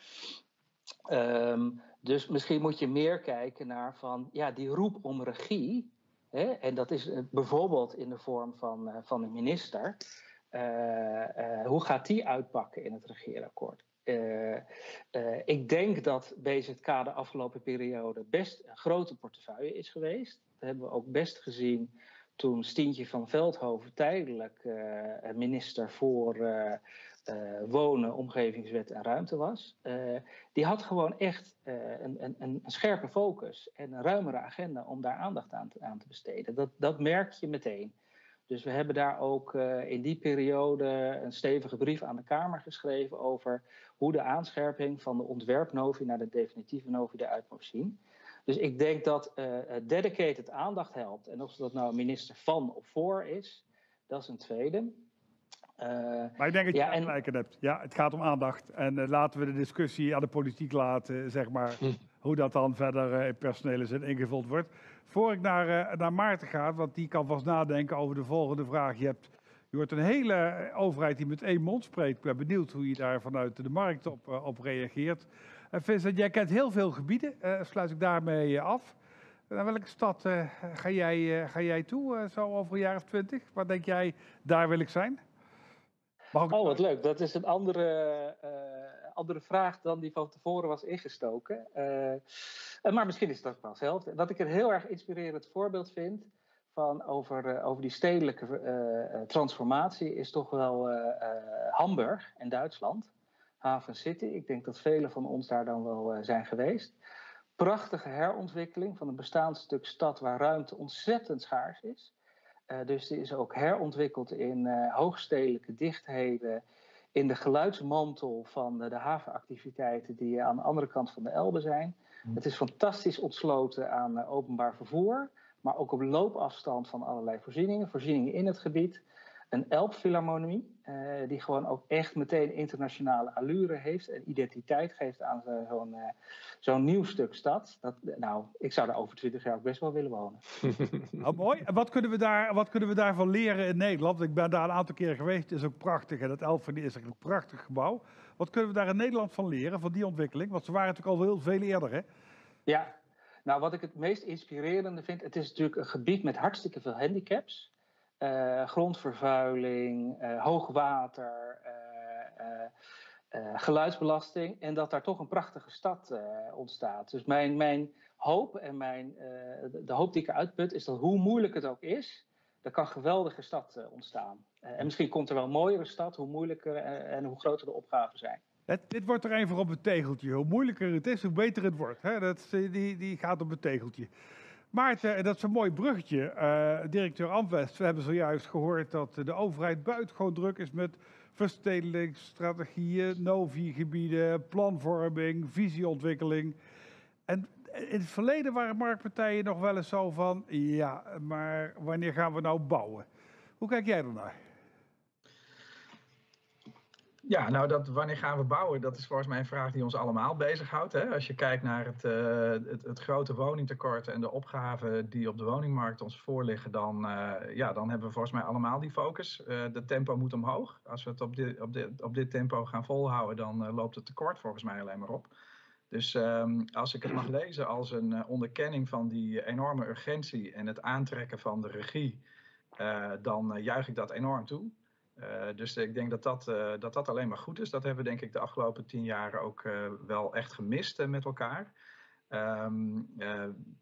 Um, dus misschien moet je meer kijken naar van, ja, die roep om regie. Hè, en dat is uh, bijvoorbeeld in de vorm van, uh, van een minister. Uh, uh, hoe gaat die uitpakken in het regeerakkoord? Uh, uh, ik denk dat B Z K de afgelopen periode best een grote portefeuille is geweest. Dat hebben we ook best gezien toen Stientje van Veldhoven tijdelijk uh, minister voor uh, uh, Wonen, Omgevingswet en Ruimte was. Uh, die had gewoon echt uh, een, een, een scherpe focus en een ruimere agenda om daar aandacht aan te, aan te besteden. Dat, dat merk je meteen. Dus we hebben daar ook uh, in die periode een stevige brief aan de Kamer geschreven over hoe de aanscherping van de ontwerpnovi naar de definitieve novi eruit moet zien. Dus ik denk dat uh, dedicated aandacht helpt. En of dat nou een minister van of voor is, dat is een tweede. Uh, maar ik denk dat je ja, gelijk en... hebt. Ja, het gaat om aandacht. En uh, laten we de discussie aan de politiek laten, zeg maar. Hm. hoe dat dan verder uh, in personele zin ingevuld wordt. Voor ik naar, uh, naar Maarten ga, want die kan vast nadenken over de volgende vraag. Je hebt, je wordt een hele overheid die met één mond spreekt. Ik ben benieuwd hoe je daar vanuit de markt op, uh, op reageert. Uh, Vincent, jij kent heel veel gebieden, uh, sluit ik daarmee uh, af. Naar welke stad uh, ga, jij, uh, ga jij toe, uh, zo over een jaar of twintig? Waar denk jij, daar wil ik zijn? Oh, wat leuk. Dat is een andere, uh, andere vraag dan die van tevoren was ingestoken. Uh, maar misschien is het ook wel hetzelfde. Wat ik een heel erg inspirerend voorbeeld vind van over, uh, over die stedelijke uh, transformatie is toch wel uh, uh, Hamburg in Duitsland. Haven City. Ik denk dat velen van ons daar dan wel uh, zijn geweest. Prachtige herontwikkeling van een bestaand stuk stad waar ruimte ontzettend schaars is. Uh, dus die is ook herontwikkeld in uh, hoogstedelijke dichtheden, in de geluidsmantel van de, de havenactiviteiten die aan de andere kant van de Elbe zijn. Mm. Het is fantastisch ontsloten aan uh, openbaar vervoer, maar ook op loopafstand van allerlei voorzieningen, voorzieningen in het gebied. Een Elbphilharmonie, uh, die gewoon ook echt meteen internationale allure heeft en identiteit geeft aan zo'n uh, zo'n nieuw stuk stad. Dat, nou, ik zou daar over twintig jaar ook best wel willen wonen. Nou, mooi. En wat kunnen we daar, wat kunnen we daarvan leren in Nederland? Ik ben daar een aantal keren geweest. Het is ook prachtig. En dat Elbphilharmonie is een prachtig gebouw. Wat kunnen we daar in Nederland van leren, van die ontwikkeling? Want ze waren natuurlijk al heel veel eerder, hè? Ja, nou wat ik het meest inspirerende vind, het is natuurlijk een gebied met hartstikke veel handicaps. Uh, grondvervuiling, uh, hoogwater, uh, uh, uh, geluidsbelasting. En dat daar toch een prachtige stad uh, ontstaat. Dus mijn, mijn hoop en mijn, uh, de, de hoop die ik eruit put is dat hoe moeilijk het ook is, er kan een geweldige stad uh, ontstaan. Uh, en misschien komt er wel een mooiere stad, hoe moeilijker uh, en hoe groter de opgaven zijn. Het, dit wordt er even op het tegeltje. Hoe moeilijker het is, hoe beter het wordt. Hè? Dat, die, die gaat op het tegeltje. Maarten, dat is een mooi bruggetje. Uh, directeur Amvest, we hebben zojuist gehoord dat de overheid buitengewoon druk is met verstedelijkingsstrategieën, Novi-gebieden, planvorming, visieontwikkeling. En in het verleden waren marktpartijen nog wel eens zo van, ja, maar wanneer gaan we nou bouwen? Hoe kijk jij ernaar? Ja, nou, dat, wanneer gaan we bouwen? Dat is volgens mij een vraag die ons allemaal bezighoudt. Hè? Als je kijkt naar het, uh, het, het grote woningtekort en de opgaven die op de woningmarkt ons voorliggen, dan, uh, ja, dan hebben we volgens mij allemaal die focus. Uh, de tempo moet omhoog. Als we het op dit, op dit, op dit tempo gaan volhouden, dan uh, loopt het tekort volgens mij alleen maar op. Dus um, als ik het mag lezen als een uh, onderkenning van die enorme urgentie en het aantrekken van de regie, uh, dan uh, juich ik dat enorm toe. Uh, dus ik denk dat dat, uh, dat dat alleen maar goed is. Dat hebben we denk ik de afgelopen tien jaar ook uh, wel echt gemist uh, met elkaar. Um, uh,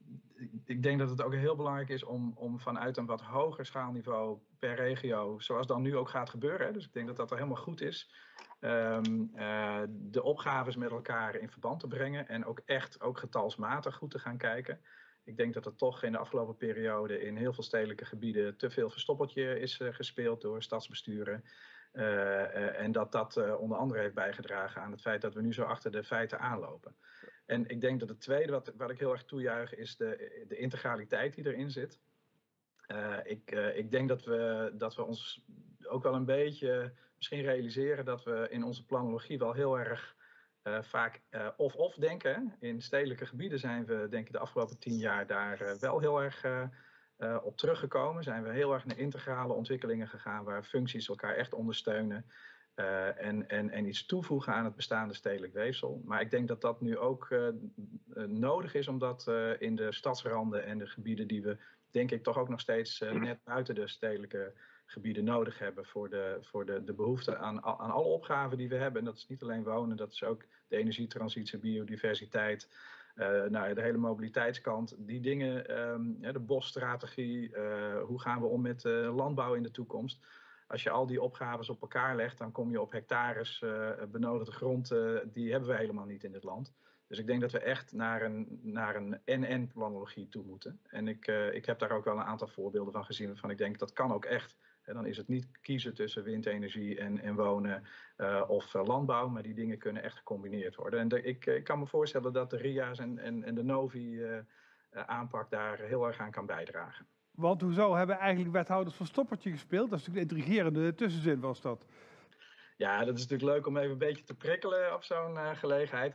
ik denk dat het ook heel belangrijk is om, om vanuit een wat hoger schaalniveau per regio, zoals dan nu ook gaat gebeuren. Hè, dus ik denk dat dat er helemaal goed is. Um, uh, de opgaves met elkaar in verband te brengen en ook echt ook getalsmatig goed te gaan kijken. Ik denk dat er toch in de afgelopen periode in heel veel stedelijke gebieden te veel verstoppertje is uh, gespeeld door stadsbesturen. Uh, uh, en dat dat uh, onder andere heeft bijgedragen aan het feit dat we nu zo achter de feiten aanlopen. En ik denk dat het tweede wat, wat ik heel erg toejuich is de, de integraliteit die erin zit. Uh, ik, uh, ik denk dat we, dat we ons ook wel een beetje misschien realiseren dat we in onze planologie wel heel erg Uh, vaak of-of uh, denken. In stedelijke gebieden zijn we, denk ik, de afgelopen tien jaar daar uh, wel heel erg uh, uh, op teruggekomen. Zijn we heel erg naar integrale ontwikkelingen gegaan waar functies elkaar echt ondersteunen uh, en, en, en iets toevoegen aan het bestaande stedelijk weefsel. Maar ik denk dat dat nu ook uh, uh, nodig is, omdat uh, in de stadsranden en de gebieden die we, denk ik, toch ook nog steeds uh, net buiten de stedelijke gebieden nodig hebben voor de, voor de, de behoefte aan, aan alle opgaven die we hebben. En dat is niet alleen wonen, dat is ook de energietransitie, biodiversiteit, uh, nou, de hele mobiliteitskant. Die dingen, um, ja, de bosstrategie, uh, hoe gaan we om met uh, landbouw in de toekomst. Als je al die opgaves op elkaar legt, dan kom je op hectares uh, benodigde grond, uh, die hebben we helemaal niet in dit land. Dus ik denk dat we echt naar een, naar een en-en planologie toe moeten. En ik, uh, ik heb daar ook wel een aantal voorbeelden van gezien waarvan ik denk dat kan ook echt. En dan is het niet kiezen tussen windenergie en, en wonen uh, of uh, landbouw, maar die dingen kunnen echt gecombineerd worden. En de, ik, ik kan me voorstellen dat de R I A's en, en, en de Novi uh, uh, aanpak daar heel erg aan kan bijdragen. Want hoezo hebben eigenlijk wethouders van stoppertje gespeeld? Dat is natuurlijk een intrigerende tussenzin was dat. Ja, dat is natuurlijk leuk om even een beetje te prikkelen op zo'n uh, gelegenheid.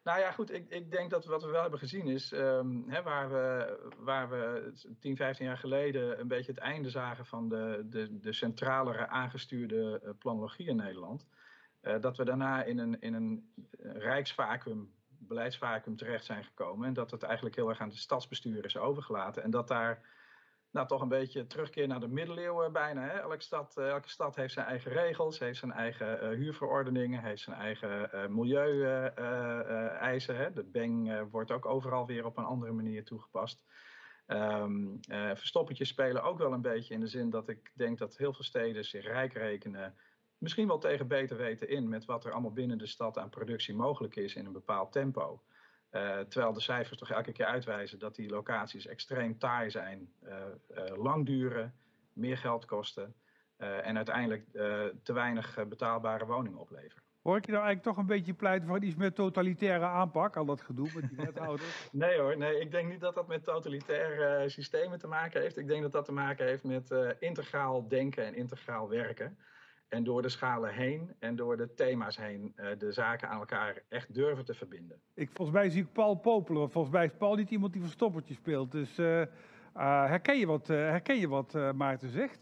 Nou ja, goed, ik, ik denk dat wat we wel hebben gezien is, um, hè, waar, we, waar we tien, vijftien jaar geleden een beetje het einde zagen van de, de, de centralere aangestuurde uh, planologie in Nederland, uh, dat we daarna in een, in een rijksvacuüm, beleidsvacuüm terecht zijn gekomen en dat het eigenlijk heel erg aan de stadsbestuur is overgelaten en dat daar nou, toch een beetje terugkeer naar de middeleeuwen bijna. Hè? Elke, stad, uh, elke stad heeft zijn eigen regels, heeft zijn eigen uh, huurverordeningen, heeft zijn eigen uh, milieu-eisen. Uh, uh, de beng uh, wordt ook overal weer op een andere manier toegepast. Um, uh, verstoppertjes spelen ook wel een beetje in de zin dat ik denk dat heel veel steden zich rijk rekenen. Misschien wel tegen beter weten in met wat er allemaal binnen de stad aan productie mogelijk is in een bepaald tempo. Uh, terwijl de cijfers toch elke keer uitwijzen dat die locaties extreem taai zijn, uh, uh, lang duren, meer geld kosten uh, en uiteindelijk uh, te weinig uh, betaalbare woningen opleveren. Hoor ik je nou eigenlijk toch een beetje pleiten voor iets meer totalitaire aanpak, al dat gedoe met die wethouders? Nee hoor, nee, ik denk niet dat dat met totalitaire uh, systemen te maken heeft. Ik denk dat dat te maken heeft met uh, integraal denken en integraal werken. En door de schalen heen en door de thema's heen uh, de zaken aan elkaar echt durven te verbinden. Ik, volgens mij zie ik Paul Popelen. Volgens mij is Paul niet iemand die verstoppertje speelt. Dus uh, uh, herken je wat, uh, herken je wat uh, Maarten zegt?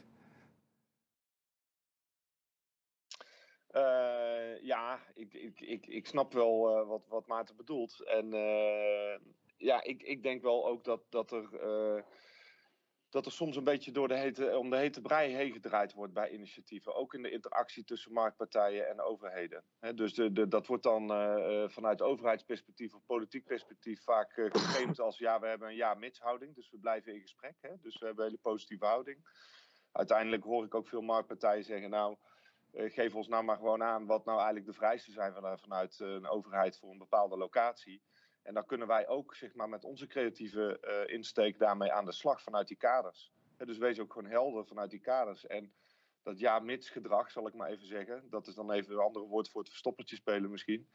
Uh, ja, ik, ik, ik, ik snap wel uh, wat, wat Maarten bedoelt. En uh, ja, ik, ik denk wel ook dat, dat er... Uh, dat er soms een beetje door de hete, om de hete brei heen gedraaid wordt bij initiatieven. Ook in de interactie tussen marktpartijen en overheden. He, dus de, de, dat wordt dan uh, vanuit overheidsperspectief of politiek perspectief vaak uh, geframed als ja, we hebben een ja-mits houding. Dus we blijven in gesprek. He, dus we hebben een hele positieve houding. Uiteindelijk hoor ik ook veel marktpartijen zeggen, nou, uh, geef ons nou maar gewoon aan wat nou eigenlijk de vereisten zijn van, vanuit uh, een overheid voor een bepaalde locatie. En dan kunnen wij ook zeg maar, met onze creatieve uh, insteek daarmee aan de slag vanuit die kaders. He, dus wees ook gewoon helder vanuit die kaders. En dat ja-mits gedrag, zal ik maar even zeggen. Dat is dan even een andere woord voor het verstoppertje spelen misschien.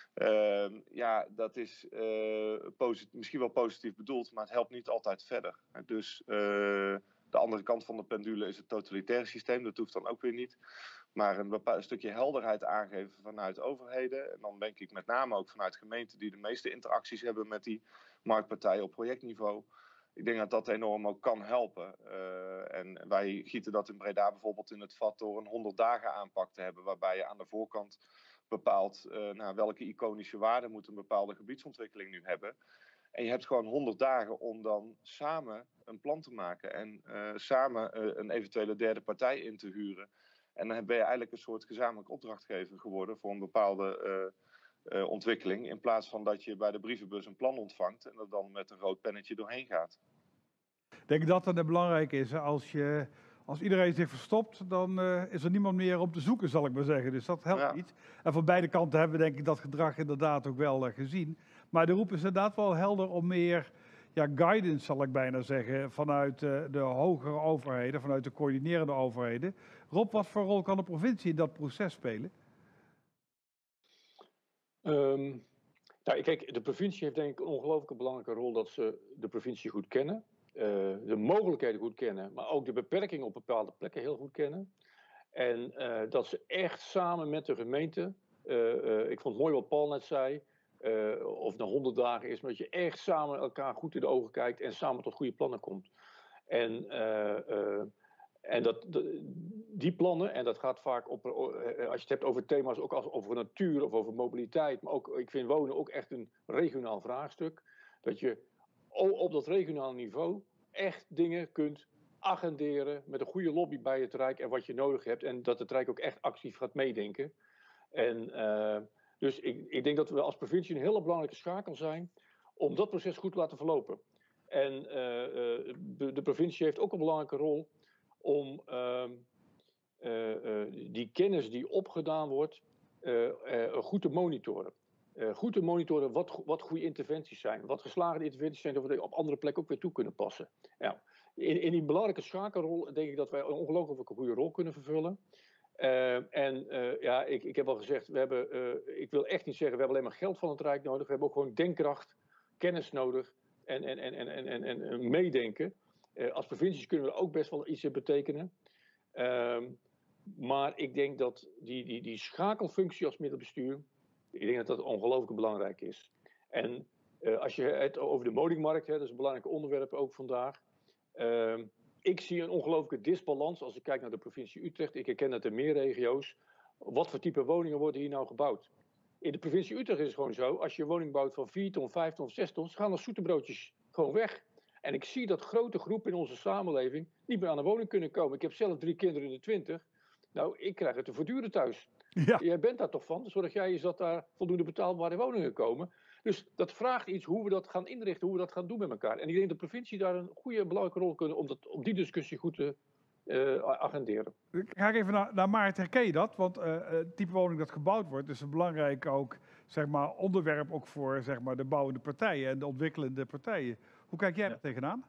Uh, ja, dat is uh, misschien wel positief bedoeld, maar het helpt niet altijd verder. Dus uh, de andere kant van de pendule is het totalitaire systeem. Dat hoeft dan ook weer niet. Maar een bepaald stukje helderheid aangeven vanuit overheden. En dan denk ik met name ook vanuit gemeenten die de meeste interacties hebben met die marktpartijen op projectniveau. Ik denk dat dat enorm ook kan helpen. Uh, en wij gieten dat in Breda bijvoorbeeld in het vat door een honderd dagen aanpak te hebben. Waarbij je aan de voorkant bepaalt uh, nou, welke iconische waarden moet een bepaalde gebiedsontwikkeling nu hebben. En je hebt gewoon honderd dagen om dan samen een plan te maken. En uh, samen uh, een eventuele derde partij in te huren. En dan ben je eigenlijk een soort gezamenlijk opdrachtgever geworden voor een bepaalde uh, uh, ontwikkeling. In plaats van dat je bij de brievenbus een plan ontvangt en er dan met een rood pennetje doorheen gaat. Ik denk dat dat belangrijk is. Als, je, als iedereen zich verstopt, dan uh, is er niemand meer om te zoeken, zal ik maar zeggen. Dus dat helpt ja. niet. En van beide kanten hebben we denk ik dat gedrag inderdaad ook wel uh, gezien. Maar de roep is inderdaad wel helder om meer ja, guidance, zal ik bijna zeggen, vanuit uh, de hogere overheden, vanuit de coördinerende overheden. Rob, wat voor rol kan de provincie in dat proces spelen? Um, nou, kijk, de provincie heeft denk ik een ongelooflijk belangrijke rol dat ze de provincie goed kennen. Uh, de mogelijkheden goed kennen, maar ook de beperkingen op bepaalde plekken heel goed kennen. En uh, dat ze echt samen met de gemeente, uh, uh, ik vond het mooi wat Paul net zei, uh, of het nou honderd dagen is, maar dat je echt samen elkaar goed in de ogen kijkt en samen tot goede plannen komt. En, uh, uh, en dat, de, die plannen, en dat gaat vaak op, uh, als je het hebt over thema's ook als, over natuur of over mobiliteit, maar ook, ik vind wonen ook echt een regionaal vraagstuk, dat je op dat regionale niveau echt dingen kunt agenderen met een goede lobby bij het Rijk en wat je nodig hebt. En dat het Rijk ook echt actief gaat meedenken. En uh, dus ik, ik denk dat we als provincie een hele belangrijke schakel zijn om dat proces goed te laten verlopen. En uh, uh, de, de provincie heeft ook een belangrijke rol om uh, uh, uh, die kennis die opgedaan wordt uh, uh, goed te monitoren. Uh, goed te monitoren wat, wat goede interventies zijn. Wat geslaagde interventies zijn, dat we op andere plekken ook weer toe kunnen passen. Ja. In, in die belangrijke schakelrol denk ik dat wij een ongelooflijk goede rol kunnen vervullen. Uh, en uh, ja, ik, ik heb al gezegd, we hebben, uh, ik wil echt niet zeggen, we hebben alleen maar geld van het Rijk nodig. We hebben ook gewoon denkkracht, kennis nodig en, en, en, en, en, en, en meedenken. Uh, als provincies kunnen we er ook best wel iets in betekenen. Uh, maar ik denk dat die, die, die schakelfunctie als middelbestuur, ik denk dat dat ongelooflijk belangrijk is. En uh, als je het over de woningmarkt, hè, dat is een belangrijk onderwerp ook vandaag. Uh, ik zie een ongelooflijke disbalans als ik kijk naar de provincie Utrecht. Ik herken het in meer regio's. Wat voor type woningen worden hier nou gebouwd? In de provincie Utrecht is het gewoon zo, als je een woning bouwt van vier ton, vijf ton of zes ton, ze gaan als zoetebroodjes gewoon weg. En ik zie dat grote groepen in onze samenleving niet meer aan een woning kunnen komen. Ik heb zelf drie kinderen in de twintig. Nou, ik krijg het te voortduren thuis. Ja. Jij bent daar toch van? Zorg jij eens dat daar voldoende betaalbare woningen komen. Dus dat vraagt iets hoe we dat gaan inrichten, hoe we dat gaan doen met elkaar. En ik denk dat de provincie daar een goede, belangrijke rol kunnen om, dat, om die discussie goed te uh, agenderen. Ik ga even naar, naar Maarten, herken je dat? Want uh, het type woning dat gebouwd wordt is een belangrijk ook, zeg maar, onderwerp ook voor, zeg maar, de bouwende partijen en de ontwikkelende partijen. Hoe kijk jij er ja. tegenaan?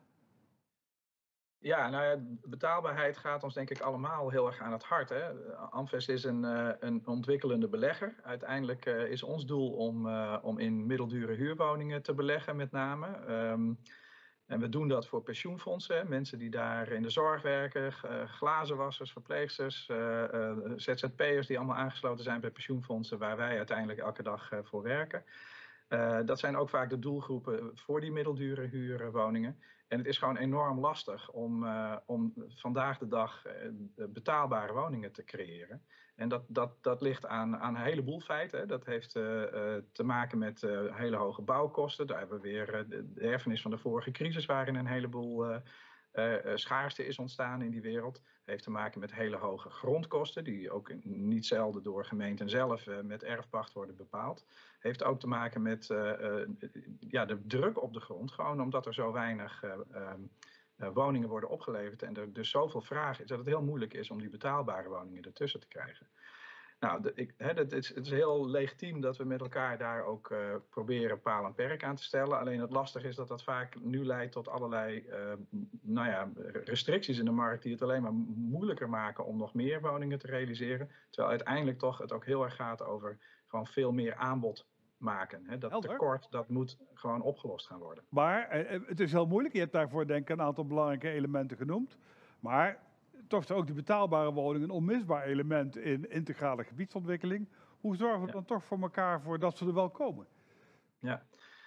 Ja, nou ja, betaalbaarheid gaat ons denk ik allemaal heel erg aan het hart. Hè? Amvest is een, uh, een ontwikkelende belegger. Uiteindelijk uh, is ons doel om, uh, om in middeldure huurwoningen te beleggen met name. Um, en we doen dat voor pensioenfondsen, mensen die daar in de zorg werken, uh, glazenwassers, verpleegsters, uh, uh, Z Z P'ers die allemaal aangesloten zijn bij pensioenfondsen waar wij uiteindelijk elke dag uh, voor werken. Uh, dat zijn ook vaak de doelgroepen voor die middeldure huurwoningen. En het is gewoon enorm lastig om, uh, om vandaag de dag uh, betaalbare woningen te creëren. En dat, dat, dat ligt aan, aan een heleboel feiten. Hè. Dat heeft uh, uh, te maken met uh, hele hoge bouwkosten. Daar hebben we weer uh, de, de erfenis van de vorige crisis waarin een heleboel uh, uh, schaarste is ontstaan in die wereld. Het heeft te maken met hele hoge grondkosten, die ook niet zelden door gemeenten zelf uh, met erfpacht worden bepaald. Heeft ook te maken met uh, uh, ja, de druk op de grond, gewoon omdat er zo weinig uh, um, uh, woningen worden opgeleverd en er dus zoveel vraag is dat het heel moeilijk is om die betaalbare woningen ertussen te krijgen. Nou, de, ik, he, het, is, het is heel legitiem dat we met elkaar daar ook uh, proberen paal en perk aan te stellen. Alleen het lastige is dat dat vaak nu leidt tot allerlei uh, nou ja, restricties in de markt die het alleen maar moeilijker maken om nog meer woningen te realiseren. Terwijl uiteindelijk toch het ook heel erg gaat over gewoon veel meer aanbod maken. He, dat Helder. tekort, dat moet gewoon opgelost gaan worden. Maar uh, het is heel moeilijk. Je hebt daarvoor denk ik een aantal belangrijke elementen genoemd. Maar toch is ook die betaalbare woning een onmisbaar element in integrale gebiedsontwikkeling. Hoe zorgen we ja. dan toch voor elkaar voor dat ze er wel komen? Ja,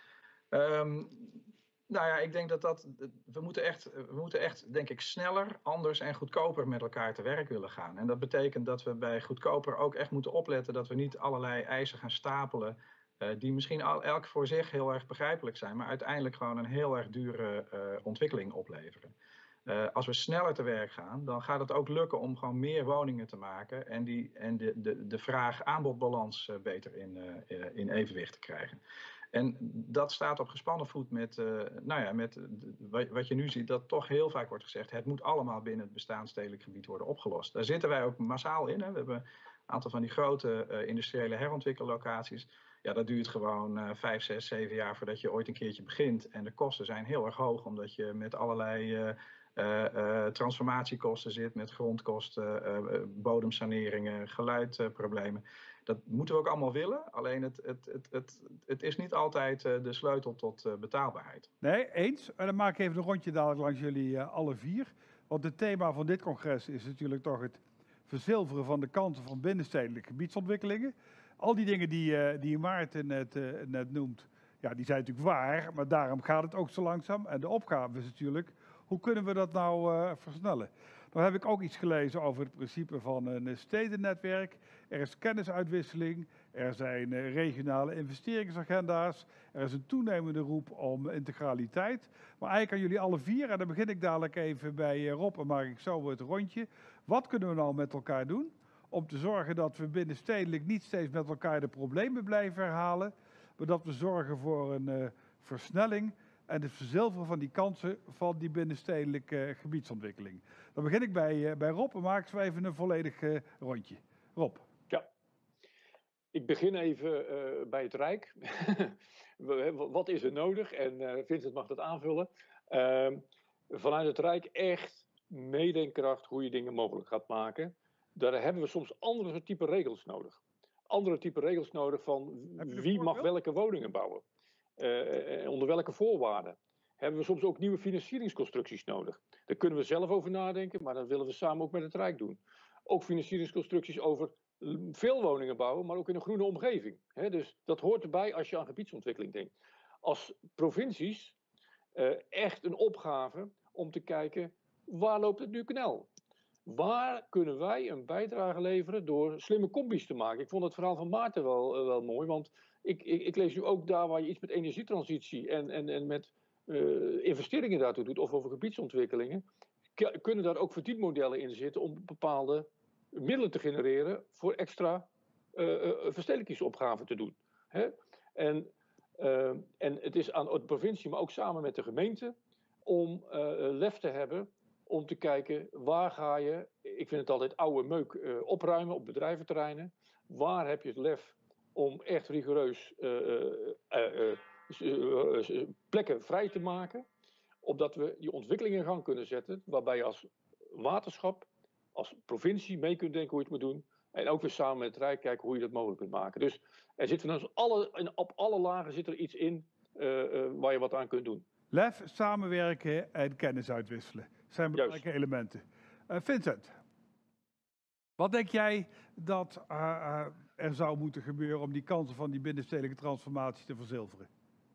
um, nou ja, ik denk dat dat, we moeten echt, we moeten echt, denk ik, sneller, anders en goedkoper met elkaar te werk willen gaan. En dat betekent dat we bij goedkoper ook echt moeten opletten dat we niet allerlei eisen gaan stapelen, uh, die misschien al, elk voor zich heel erg begrijpelijk zijn, maar uiteindelijk gewoon een heel erg dure uh, ontwikkeling opleveren. Uh, als we sneller te werk gaan, dan gaat het ook lukken om gewoon meer woningen te maken en, die, en de, de, de vraag-aanbodbalans uh, beter in, uh, in evenwicht te krijgen. En dat staat op gespannen voet met, uh, nou ja, met de, wat je nu ziet, dat toch heel vaak wordt gezegd, het moet allemaal binnen het bestaand stedelijk gebied worden opgelost. Daar zitten wij ook massaal in. Hè. We hebben een aantal van die grote uh, industriële herontwikkellocaties. Ja, dat duurt gewoon uh, vijf, zes, zeven jaar voordat je ooit een keertje begint. En de kosten zijn heel erg hoog, omdat je met allerlei Uh, Uh, uh, transformatiekosten zit, met grondkosten, uh, bodemsaneringen, geluidproblemen. Uh, dat moeten we ook allemaal willen, alleen het, het, het, het, het is niet altijd uh, de sleutel tot uh, betaalbaarheid. Nee, eens. En dan maak ik even een rondje dadelijk langs jullie uh, alle vier. Want het thema van dit congres is natuurlijk toch het verzilveren van de kansen van binnenstedelijke gebiedsontwikkelingen. Al die dingen die, uh, die Maarten net, uh, net noemt, ja, die zijn natuurlijk waar, maar daarom gaat het ook zo langzaam. En de opgave is natuurlijk, hoe kunnen we dat nou uh, versnellen? Dan heb ik ook iets gelezen over het principe van een stedennetwerk. Er is kennisuitwisseling, er zijn uh, regionale investeringsagenda's, er is een toenemende roep om integraliteit. Maar eigenlijk aan jullie alle vier, en dan begin ik dadelijk even bij uh, Rob en maak ik zo het rondje. Wat kunnen we nou met elkaar doen om te zorgen dat we binnenstedelijk niet steeds met elkaar de problemen blijven herhalen, maar dat we zorgen voor een uh, versnelling en het verzilveren van die kansen van die binnenstedelijke uh, gebiedsontwikkeling. Dan begin ik bij, uh, bij Rob en maak zo even een volledig uh, rondje. Rob. Ja, ik begin even uh, bij het Rijk. Wat is er nodig? En uh, Vincent mag dat aanvullen. Uh, vanuit het Rijk echt meedenkkracht hoe je dingen mogelijk gaat maken. Daar hebben we soms andere type regels nodig. Andere type regels nodig van wie mag welke woningen bouwen. Uh, onder welke voorwaarden. Hebben we soms ook nieuwe financieringsconstructies nodig. Daar kunnen we zelf over nadenken, maar dat willen we samen ook met het Rijk doen. Ook financieringsconstructies over veel woningen bouwen, maar ook in een groene omgeving. Hè? Dus dat hoort erbij als je aan gebiedsontwikkeling denkt. Als provincies uh, echt een opgave om te kijken, waar loopt het nu knel? Waar kunnen wij een bijdrage leveren door slimme combi's te maken? Ik vond het verhaal van Maarten wel, uh, wel mooi, want ik, ik, ik lees nu ook daar waar je iets met energietransitie en, en, en met uh, investeringen daartoe doet, of over gebiedsontwikkelingen, k- kunnen daar ook verdienmodellen in zitten om bepaalde middelen te genereren voor extra uh, uh, verstedelijkingsopgaven te doen. Hè? En, uh, en het is aan de provincie, maar ook samen met de gemeente, om uh, lef te hebben om te kijken waar ga je, ik vind het altijd oude meuk, uh, opruimen op bedrijventerreinen. Waar heb je het lef om echt rigoureus uh, uh, uh, uh, plekken vrij te maken, opdat we die ontwikkeling in gang kunnen zetten, waarbij je als waterschap, als provincie mee kunt denken hoe je het moet doen. En ook weer samen met het Rijk kijken hoe je dat mogelijk kunt maken. Dus er zit van ons alle, op alle lagen zit er iets in uh, uh, waar je wat aan kunt doen. Lef, samenwerken en kennis uitwisselen zijn belangrijke Juist. elementen. Uh, Vincent, wat denk jij dat uh, uh, er zou moeten gebeuren om die kansen van die binnenstedelijke transformatie te verzilveren?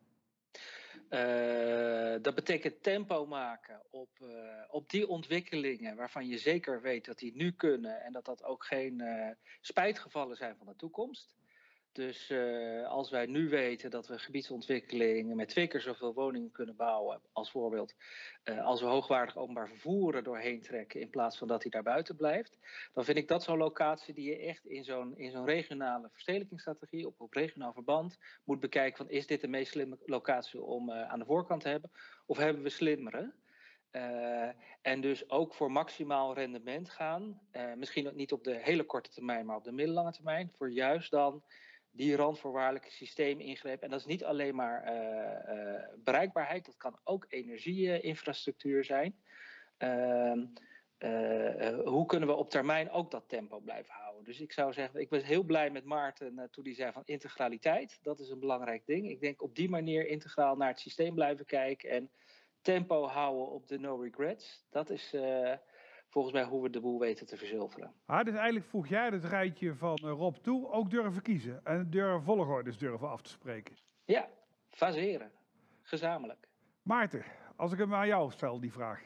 Uh, dat betekent tempo maken op, uh, op die ontwikkelingen waarvan je zeker weet dat die nu kunnen en dat dat ook geen uh, spijtgevallen zijn van de toekomst. Dus uh, als wij nu weten dat we gebiedsontwikkeling met twee keer zoveel woningen kunnen bouwen, als voorbeeld, uh, als we hoogwaardig openbaar vervoer er doorheen trekken in plaats van dat hij daar buiten blijft, dan vind ik dat zo'n locatie die je echt in zo'n, in zo'n regionale verstedelijkingsstrategie, op, op regionaal verband, moet bekijken van is dit de meest slimme locatie om uh, aan de voorkant te hebben, of hebben we slimmere? Uh, en dus ook voor maximaal rendement gaan, uh, misschien niet op de hele korte termijn, maar op de middellange termijn, voor juist dan die randvoorwaardelijke systeemingreep. En dat is niet alleen maar uh, uh, bereikbaarheid, dat kan ook energieinfrastructuur zijn. Uh, uh, uh, hoe kunnen we op termijn ook dat tempo blijven houden? Dus ik zou zeggen, ik was heel blij met Maarten uh, toen hij zei van integraliteit. Dat is een belangrijk ding. Ik denk op die manier integraal naar het systeem blijven kijken en tempo houden op de no regrets. Dat is uh, volgens mij hoe we de boel weten te verzilveren. Ah, dus eigenlijk voeg jij het rijtje van Rob toe, ook durven kiezen en durven volgordes durven af te spreken. Ja, faseren. Gezamenlijk. Maarten, als ik hem aan jou stel, die vraag.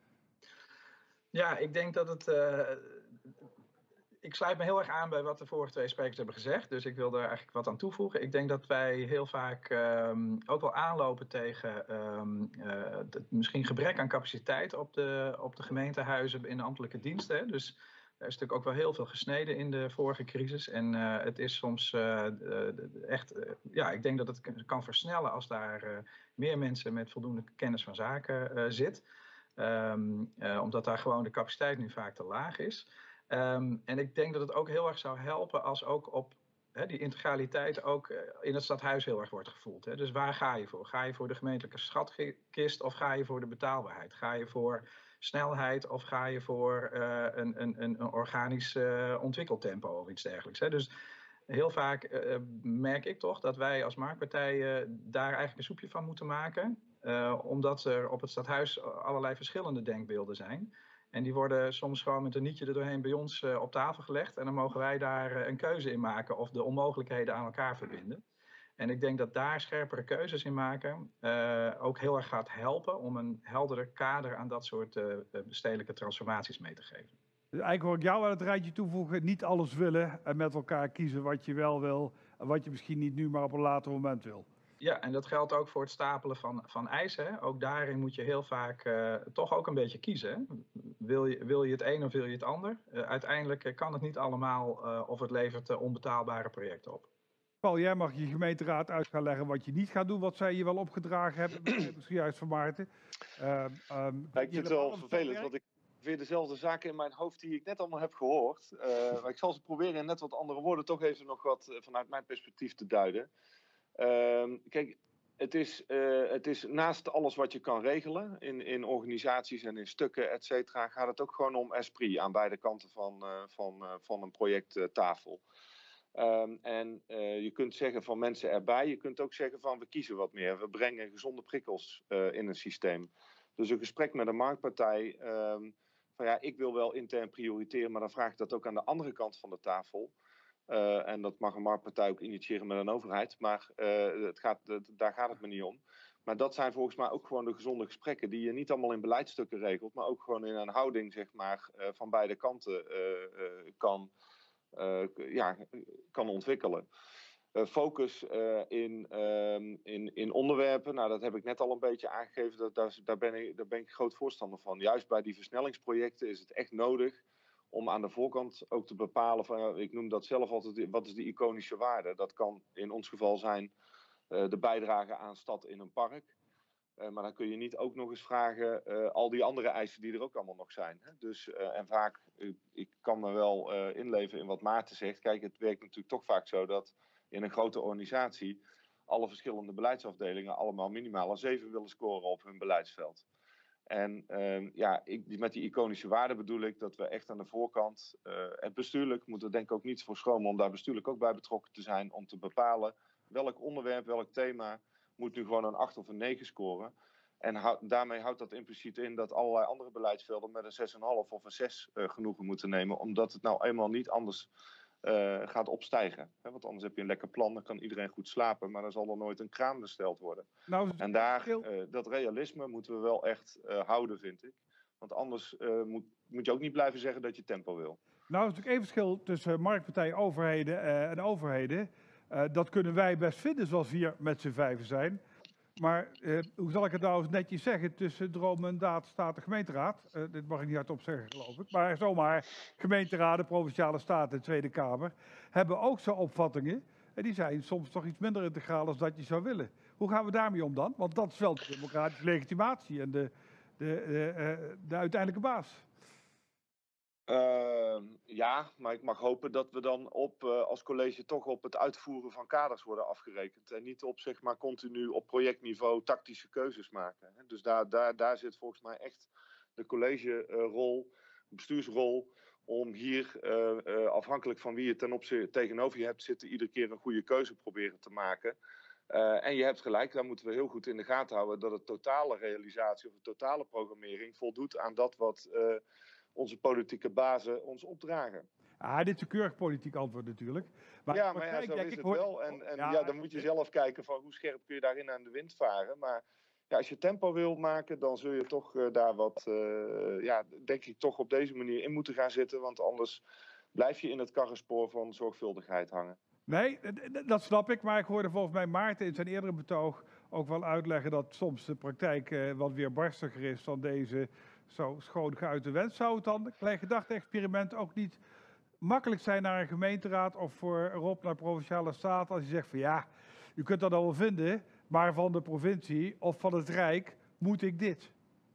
Ja, ik denk dat het... Uh, ik sluit me heel erg aan bij wat de vorige twee sprekers hebben gezegd. Dus ik wil daar eigenlijk wat aan toevoegen. Ik denk dat wij heel vaak um, ook wel aanlopen tegen um, uh, het misschien gebrek aan capaciteit op de, op de gemeentehuizen in de ambtelijke diensten. Hè. Dus daar is natuurlijk ook wel heel veel gesneden in de vorige crisis. En uh, het is soms uh, uh, echt... Uh, ja, ik denk dat het kan versnellen als daar uh, meer mensen met voldoende kennis van zaken uh, zit. Um, uh, omdat daar gewoon de capaciteit nu vaak te laag is. Um, en ik denk dat het ook heel erg zou helpen als ook op hè, die integraliteit ook uh, in het stadhuis heel erg wordt gevoeld. Hè. Dus waar ga je voor? Ga je voor de gemeentelijke schatkist of ga je voor de betaalbaarheid? Ga je voor snelheid of ga je voor uh, een, een, een organisch uh, ontwikkeltempo of iets dergelijks? Hè. Dus heel vaak uh, merk ik toch dat wij als marktpartijen daar eigenlijk een soepje van moeten maken. Uh, omdat er op het stadhuis allerlei verschillende denkbeelden zijn. En die worden soms gewoon met een nietje er doorheen bij ons uh, op tafel gelegd. En dan mogen wij daar uh, een keuze in maken of de onmogelijkheden aan elkaar verbinden. En ik denk dat daar scherpere keuzes in maken uh, ook heel erg gaat helpen om een helderder kader aan dat soort uh, stedelijke transformaties mee te geven. Dus eigenlijk hoor ik jou aan het rijtje toevoegen, niet alles willen en met elkaar kiezen wat je wel wil en wat je misschien niet nu, maar op een later moment wil. Ja, en dat geldt ook voor het stapelen van, van eisen. Hè. Ook daarin moet je heel vaak uh, toch ook een beetje kiezen. Hè. Wil je, wil je het een of wil je het ander? Uh, uiteindelijk uh, kan het niet allemaal uh, of het levert uh, onbetaalbare projecten op. Paul, jij mag je gemeenteraad uit gaan leggen wat je niet gaat doen, wat zij je wel opgedragen hebben, misschien juist van Maarten. Uh, um, ja, ik vind het wel vervelend, want ik weer dezelfde zaken in mijn hoofd die ik net allemaal heb gehoord. Uh, maar ik zal ze proberen in net wat andere woorden toch even nog wat uh, vanuit mijn perspectief te duiden. Uh, kijk, het is, uh, het is naast alles wat je kan regelen in, in organisaties en in stukken, et cetera, gaat het ook gewoon om esprit aan beide kanten van, uh, van, uh, van een projecttafel. Um, en uh, je kunt zeggen van mensen erbij, je kunt ook zeggen van we kiezen wat meer. We brengen gezonde prikkels uh, in een systeem. Dus een gesprek met een marktpartij, um, van ja, ik wil wel intern prioriteren, maar dan vraag ik dat ook aan de andere kant van de tafel. Uh, en dat mag een marktpartij ook initiëren met een overheid. Maar uh, het gaat, uh, daar gaat het me niet om. Maar dat zijn volgens mij ook gewoon de gezonde gesprekken die je niet allemaal in beleidstukken regelt, maar ook gewoon in een houding, zeg maar, uh, van beide kanten uh, uh, kan, uh, ja, kan ontwikkelen. Uh, focus uh, in, uh, in, in onderwerpen, nou dat heb ik net al een beetje aangegeven, dat, daar, daar, ben ik, daar ben ik groot voorstander van. Juist bij die versnellingsprojecten is het echt nodig om aan de voorkant ook te bepalen van, ik noem dat zelf altijd, wat is de iconische waarde? Dat kan in ons geval zijn uh, de bijdrage aan stad in een park. Uh, maar dan kun je niet ook nog eens vragen uh, al die andere eisen die er ook allemaal nog zijn. Hè? Dus, uh, en vaak, uh, ik kan me wel uh, inleven in wat Maarten zegt. Kijk, het werkt natuurlijk toch vaak zo dat in een grote organisatie alle verschillende beleidsafdelingen allemaal minimaal een zeven willen scoren op hun beleidsveld. En uh, ja, ik, met die iconische waarden bedoel ik dat we echt aan de voorkant, uh, en bestuurlijk, moeten we denk ik ook niets voor schromen om daar bestuurlijk ook bij betrokken te zijn, om te bepalen welk onderwerp, welk thema moet nu gewoon een acht of een negen scoren. En houd, daarmee houdt dat impliciet in dat allerlei andere beleidsvelden met een zes komma vijf of een zes uh, genoegen moeten nemen, omdat het nou eenmaal niet anders uh, gaat opstijgen. He, want anders heb je een lekker plan, dan kan iedereen goed slapen, maar dan zal er nooit een kraan besteld worden. Nou, en daar, uh, dat realisme moeten we wel echt uh, houden, vind ik. Want anders uh, moet, moet je ook niet blijven zeggen dat je tempo wil. Nou, er is natuurlijk één verschil tussen marktpartijen, overheden uh, en overheden. Uh, dat kunnen wij best vinden, zoals we hier met z'n vijven zijn. Maar uh, hoe zal ik het nou eens netjes zeggen, tussen droom en daad staat de gemeenteraad. Uh, dit mag ik niet hardop zeggen, geloof ik. Maar zomaar gemeenteraden, provinciale staten en Tweede Kamer hebben ook zo'n opvattingen. En die zijn soms toch iets minder integraal als dat je zou willen. Hoe gaan we daarmee om dan? Want dat is wel de democratische legitimatie en de, de, de, uh, de uiteindelijke baas. Uh, ja, maar ik mag hopen dat we dan op, uh, als college toch op het uitvoeren van kaders worden afgerekend. En niet op, zeg maar, continu op projectniveau tactische keuzes maken. Hè. Dus daar, daar, daar zit volgens mij echt de collegerol, uh, bestuursrol, om hier, uh, uh, afhankelijk van wie je ten opzichte tegenover je hebt zitten, iedere keer een goede keuze proberen te maken. Uh, en je hebt gelijk, daar moeten we heel goed in de gaten houden dat de totale realisatie of de totale programmering voldoet aan dat wat Uh, onze politieke bazen ons opdragen. Ah, dit is een keurig politiek antwoord natuurlijk. Maar ja, maar ja, zo denk, is het hoor... wel. En, en ja, ja, dan moet je zelf kijken van hoe scherp kun je daarin aan de wind varen. Maar ja, als je tempo wil maken, dan zul je toch uh, daar wat, uh, ja, denk ik, toch op deze manier in moeten gaan zitten. Want anders blijf je in het karrenspoor van zorgvuldigheid hangen. Nee, dat snap ik. Maar ik hoorde volgens mij Maarten in zijn eerdere betoog ook wel uitleggen dat soms de praktijk uh, wat weerbarstiger is dan deze zo schoon geuite wens. Zou het dan, een klein gedachte-experiment, ook niet makkelijk zijn naar een gemeenteraad of voor Rob naar Provinciale Staten als je zegt van ja, u kunt dat al wel vinden, maar van de provincie of van het Rijk moet ik dit?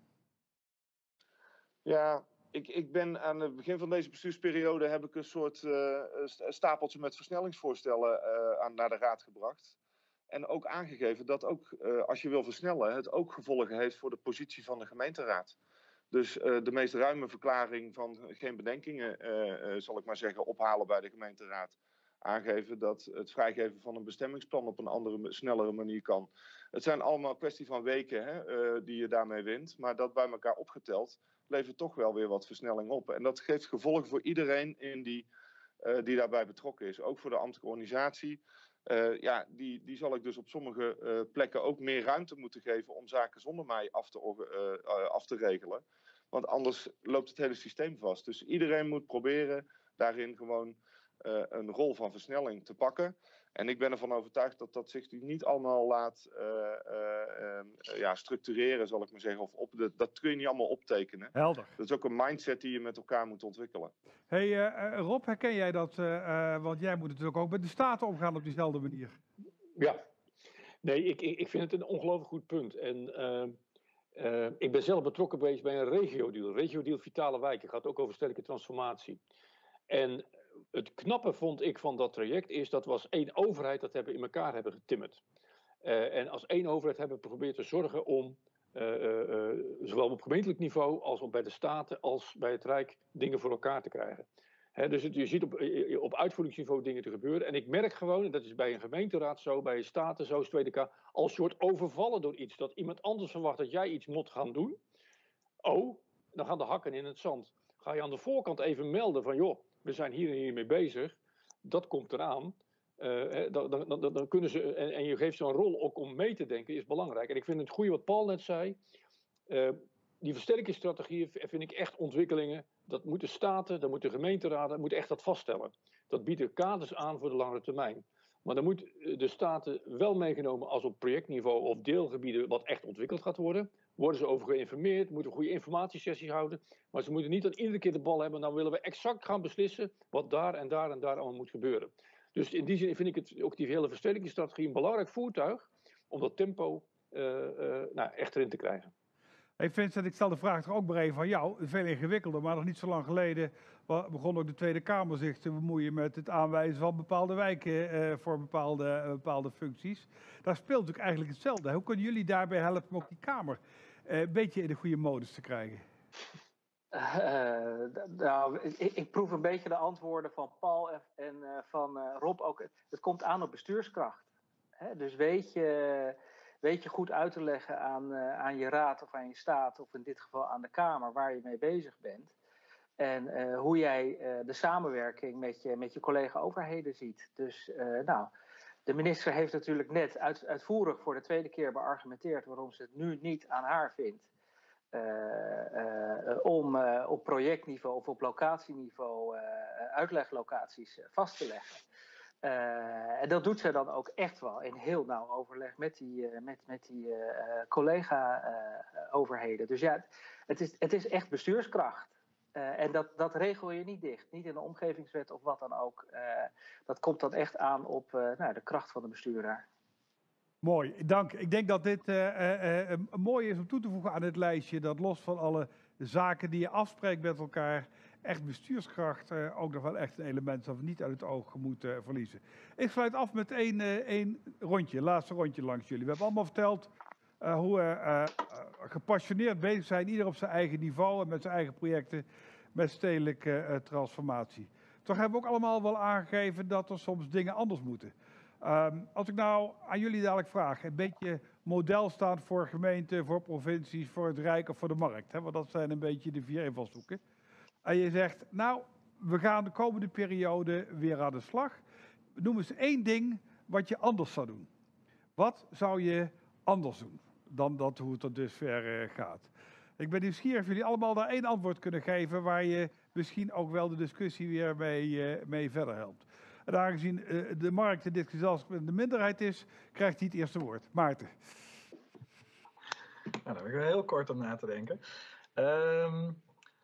Ja, ik, ik ben aan het begin van deze bestuursperiode heb ik een soort uh, stapeltje met versnellingsvoorstellen uh, aan, naar de raad gebracht. En ook aangegeven dat ook uh, als je wil versnellen, het ook gevolgen heeft voor de positie van de gemeenteraad. Dus uh, de meest ruime verklaring van geen bedenkingen, uh, uh, zal ik maar zeggen, ophalen bij de gemeenteraad. Aangeven dat het vrijgeven van een bestemmingsplan op een andere, snellere manier kan. Het zijn allemaal kwestie van weken hè, uh, die je daarmee wint. Maar dat bij elkaar opgeteld levert toch wel weer wat versnelling op. En dat geeft gevolgen voor iedereen in die, uh, die daarbij betrokken is. Ook voor de ambtelijke organisatie. Uh, ja, die, die zal ik dus op sommige uh, plekken ook meer ruimte moeten geven om zaken zonder mij af te, uh, uh, af te regelen. Want anders loopt het hele systeem vast. Dus iedereen moet proberen daarin gewoon uh, een rol van versnelling te pakken. En ik ben ervan overtuigd dat dat zich niet allemaal laat uh, uh, uh, ja, structureren, zal ik maar zeggen. Of op de, dat kun je niet allemaal optekenen. Helder. Dat is ook een mindset die je met elkaar moet ontwikkelen. Hey uh, Rob, herken jij dat? Uh, uh, want jij moet natuurlijk ook met de Staten omgaan op diezelfde manier. Ja. Nee, ik, ik, ik vind het een ongelooflijk goed punt. En uh, uh, ik ben zelf betrokken geweest bij een regio-deal. Regio-deal Vitale Wijken. Het gaat ook over stedelijke transformatie. En het knappe vond ik van dat traject is dat we als één overheid dat hebben in elkaar hebben getimmerd. Uh, en als één overheid hebben we geprobeerd te zorgen om uh, uh, uh, zowel op gemeentelijk niveau als op bij de Staten als bij het Rijk dingen voor elkaar te krijgen. He, dus het, je ziet op, op uitvoeringsniveau dingen te gebeuren. En ik merk gewoon, en dat is bij een gemeenteraad zo, bij Staten zo, Tweede Kamer, als je wordt overvallen door iets, dat iemand anders verwacht dat jij iets moet gaan doen. Oh, dan gaan de hakken in het zand. Ga je aan de voorkant even melden van joh, we zijn hier en hier mee bezig. dat komt eraan. Uh, dan, dan, dan, dan kunnen ze, en, en je geeft ze een rol ook om mee te denken, is belangrijk. En ik vind het goede wat Paul net zei. Uh, die versterkingsstrategieën vind ik echt ontwikkelingen. Dat moeten staten, dat moeten gemeenteraden, moeten echt dat vaststellen. Dat biedt er kaders aan voor de langere termijn. Maar dan moet de staten wel meegenomen als op projectniveau of deelgebieden wat echt ontwikkeld gaat worden. Worden ze over geïnformeerd, moeten goede informatiesessies houden. Maar ze moeten niet dan iedere keer de bal hebben. Dan willen we exact gaan beslissen wat daar en daar en daar allemaal moet gebeuren. Dus in die zin vind ik het, ook die hele versterkingsstrategie een belangrijk voertuig om dat tempo uh, uh, nou, echt erin te krijgen. Hey Vincent, ik stel de vraag toch ook maar even van jou. Veel ingewikkelder, maar nog niet zo lang geleden begon ook de Tweede Kamer zich te bemoeien met het aanwijzen van bepaalde wijken uh, voor bepaalde, uh, bepaalde functies. Daar speelt natuurlijk eigenlijk hetzelfde. Hoe kunnen jullie daarbij helpen om ook die Kamer uh, een beetje in de goede modus te krijgen? Uh, nou, ik, ik proef een beetje de antwoorden van Paul en, en uh, van uh, Rob ook. Het komt aan op bestuurskracht. Hè? Dus weet je, weet je goed uit te leggen aan, uh, aan je raad of aan je staat, of in dit geval aan de Kamer, waar je mee bezig bent. En uh, hoe jij uh, de samenwerking met je, met je collega-overheden ziet. Dus uh, nou, de minister heeft natuurlijk net uit, uitvoerig voor de tweede keer beargumenteerd waarom ze het nu niet aan haar vindt. Uh, uh, om uh, op projectniveau of op locatieniveau uh, uitleglocaties vast te leggen. Uh, en dat doet ze dan ook echt wel in heel nauw overleg met die, uh, met, met die uh, collega-overheden. Uh, dus ja, het is, het is echt bestuurskracht. Uh, en dat, dat regel je niet dicht. Niet in de omgevingswet of wat dan ook. Uh, dat komt dan echt aan op uh, nou, de kracht van de bestuurder. Mooi, dank. Ik denk dat dit uh, uh, uh, mooi is om toe te voegen aan het lijstje. Dat los van alle zaken die je afspreekt met elkaar, echt bestuurskracht uh, ook nog wel echt een element dat we niet uit het oog moeten uh, verliezen. Ik sluit af met één, uh, één rondje, laatste rondje langs jullie. We hebben allemaal verteld uh, hoe we uh, uh, gepassioneerd bezig zijn, ieder op zijn eigen niveau en met zijn eigen projecten met stedelijke uh, transformatie. Toch hebben we ook allemaal wel aangegeven dat er soms dingen anders moeten. Um, als ik nou aan jullie dadelijk vraag, een beetje model staan voor gemeenten, voor provincies, voor het Rijk of voor de markt. Hè? Want dat zijn een beetje de vier invalshoeken. En je zegt, nou, we gaan de komende periode weer aan de slag. Noem eens één ding wat je anders zou doen. Wat zou je anders doen dan dat hoe het tot dusver uh, gaat? Ik ben nieuwsgierig of jullie allemaal daar één antwoord kunnen geven waar je misschien ook wel de discussie weer mee, uh, mee verder helpt. En aangezien uh, de markt in dit gezelschap in de minderheid is, krijgt hij het eerste woord. Maarten. Nou, daar heb ik wel heel kort om na te denken. Um,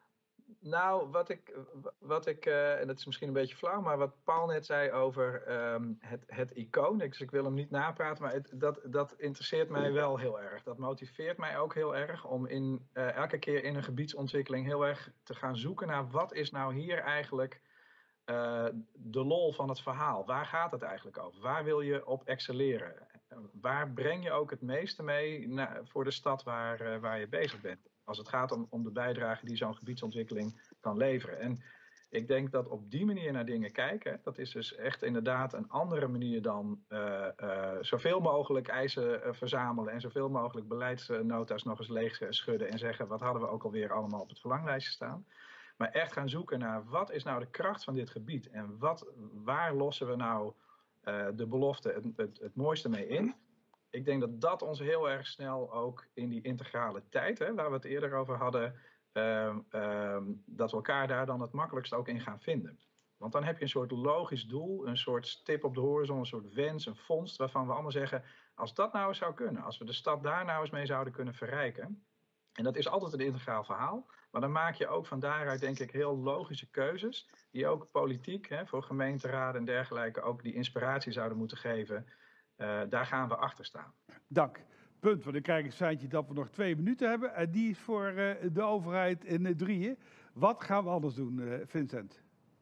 nou, wat ik, wat ik uh, en dat is misschien een beetje flauw, maar wat Paul net zei over um, het, het icoon. Dus ik wil hem niet napraten, maar het, dat, dat interesseert mij wel heel erg. Dat motiveert mij ook heel erg om in, uh, elke keer in een gebiedsontwikkeling heel erg te gaan zoeken naar wat is nou hier eigenlijk Uh, de lol van het verhaal. Waar gaat het eigenlijk over? Waar wil je op excelleren? Uh, waar breng je ook het meeste mee na, voor de stad waar, uh, waar je bezig bent? Als het gaat om, om de bijdrage die zo'n gebiedsontwikkeling kan leveren. En ik denk dat op die manier naar dingen kijken, dat is dus echt inderdaad een andere manier dan uh, uh, zoveel mogelijk eisen uh, verzamelen en zoveel mogelijk beleidsnota's nog eens leeg schudden en zeggen wat hadden we ook alweer allemaal op het verlanglijstje staan. Maar echt gaan zoeken naar wat is nou de kracht van dit gebied en wat, waar lossen we nou uh, de belofte het, het, het mooiste mee in. Ik denk dat dat ons heel erg snel ook in die integrale tijd, hè, waar we het eerder over hadden, uh, uh, dat we elkaar daar dan het makkelijkst ook in gaan vinden. Want dan heb je een soort logisch doel, een soort stip op de horizon, een soort wens, een vondst waarvan we allemaal zeggen, als dat nou eens zou kunnen, als we de stad daar nou eens mee zouden kunnen verrijken. En dat is altijd een integraal verhaal. Maar dan maak je ook van daaruit, denk ik, heel logische keuzes. Die ook politiek, hè, voor gemeenteraden en dergelijke, ook die inspiratie zouden moeten geven. Uh, daar gaan we achter staan. Dank. Punt, want ik krijg een seintje dat we nog twee minuten hebben. En die is voor uh, de overheid in uh, drieën. Wat gaan we anders doen, uh, Vincent?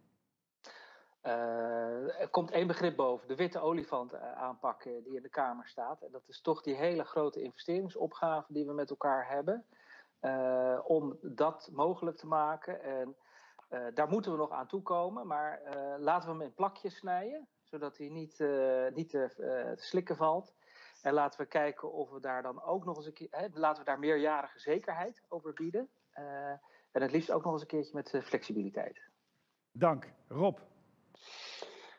Uh, er komt één begrip boven, de witte olifant uh, aanpakken die in de Kamer staat. En dat is toch die hele grote investeringsopgave die we met elkaar hebben. Uh, om dat mogelijk te maken. En uh, daar moeten we nog aan toekomen. Maar uh, laten we hem in plakjes snijden. Zodat hij niet, uh, niet te, uh, te slikken valt. En laten we kijken of we daar dan ook nog eens een keer... Hè, laten we daar meerjarige zekerheid over bieden. Uh, en het liefst ook nog eens een keertje met uh, flexibiliteit. Dank. Rob?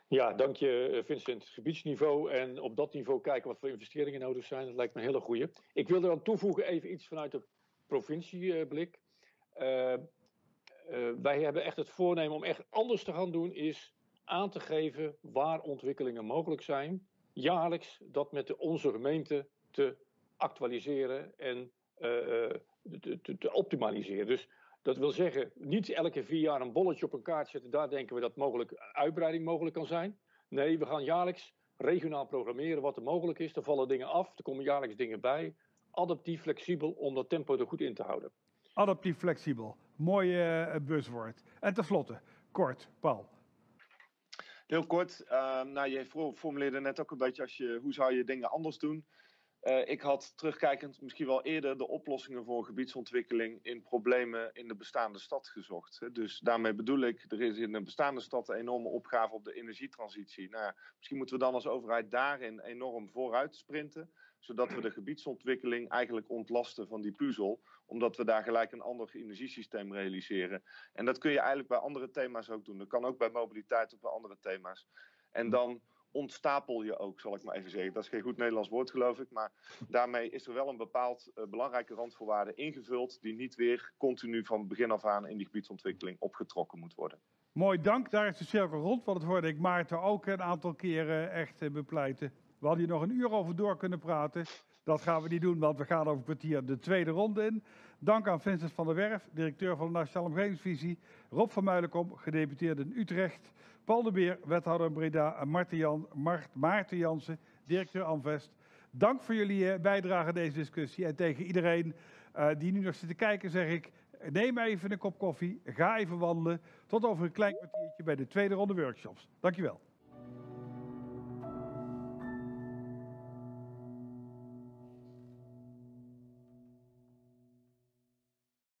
Ja, dank je Vincent. Gebiedsniveau en op dat niveau kijken wat voor investeringen nodig zijn, dat lijkt me een hele goeie. Ik wil er aan toevoegen even iets vanuit de provincieblik. Uh, uh, wij hebben echt het voornemen om echt anders te gaan doen, is aan te geven waar ontwikkelingen mogelijk zijn. Jaarlijks dat met de, onze gemeente te actualiseren en uh, te, te, te optimaliseren. Dus dat wil zeggen, niet elke vier jaar een bolletje op een kaart zetten. Daar denken we dat mogelijk uitbreiding mogelijk kan zijn. Nee, we gaan jaarlijks regionaal programmeren wat er mogelijk is. Er vallen dingen af, er komen jaarlijks dingen bij. Adaptief, flexibel, om dat tempo er goed in te houden. Adaptief, flexibel. Mooi uh, buzzwoord. En tenslotte, kort, Paul. Heel kort. Uh, nou, je formuleerde net ook een beetje als je, hoe zou je dingen anders doen? Uh, ik had terugkijkend misschien wel eerder de oplossingen voor gebiedsontwikkeling in problemen in de bestaande stad gezocht. Hè. Dus daarmee bedoel ik, er is in de bestaande stad een enorme opgave op de energietransitie. Nou ja, misschien moeten we dan als overheid daarin enorm vooruit sprinten, zodat we de gebiedsontwikkeling eigenlijk ontlasten van die puzzel, omdat we daar gelijk een ander energiesysteem realiseren. En dat kun je eigenlijk bij andere thema's ook doen. Dat kan ook bij mobiliteit of bij andere thema's. En dan ontstapel je ook, zal ik maar even zeggen. Dat is geen goed Nederlands woord, geloof ik. Maar daarmee is er wel een bepaald uh, belangrijke randvoorwaarde ingevuld, die niet weer continu van begin af aan in die gebiedsontwikkeling opgetrokken moet worden. Mooi, dank. Daar is de cirkel rond, want dat hoorde ik Maarten ook een aantal keren echt uh, bepleiten. We hadden hier nog een uur over door kunnen praten. Dat gaan we niet doen, want we gaan over een kwartier de tweede ronde in. Dank aan Vincent van der Werf, directeur van de Nationale Omgevingsvisie. Rob van Meulenkom, gedeputeerde in Utrecht. Paul de Beer, wethouder in Breda. En Marten Jan, Mart, Maarten Jansen, directeur Amvest. Dank voor jullie bijdrage aan deze discussie. En tegen iedereen uh, die nu nog zit te kijken zeg ik, neem even een kop koffie, ga even wandelen. Tot over een klein kwartiertje bij de tweede ronde workshops. Dankjewel.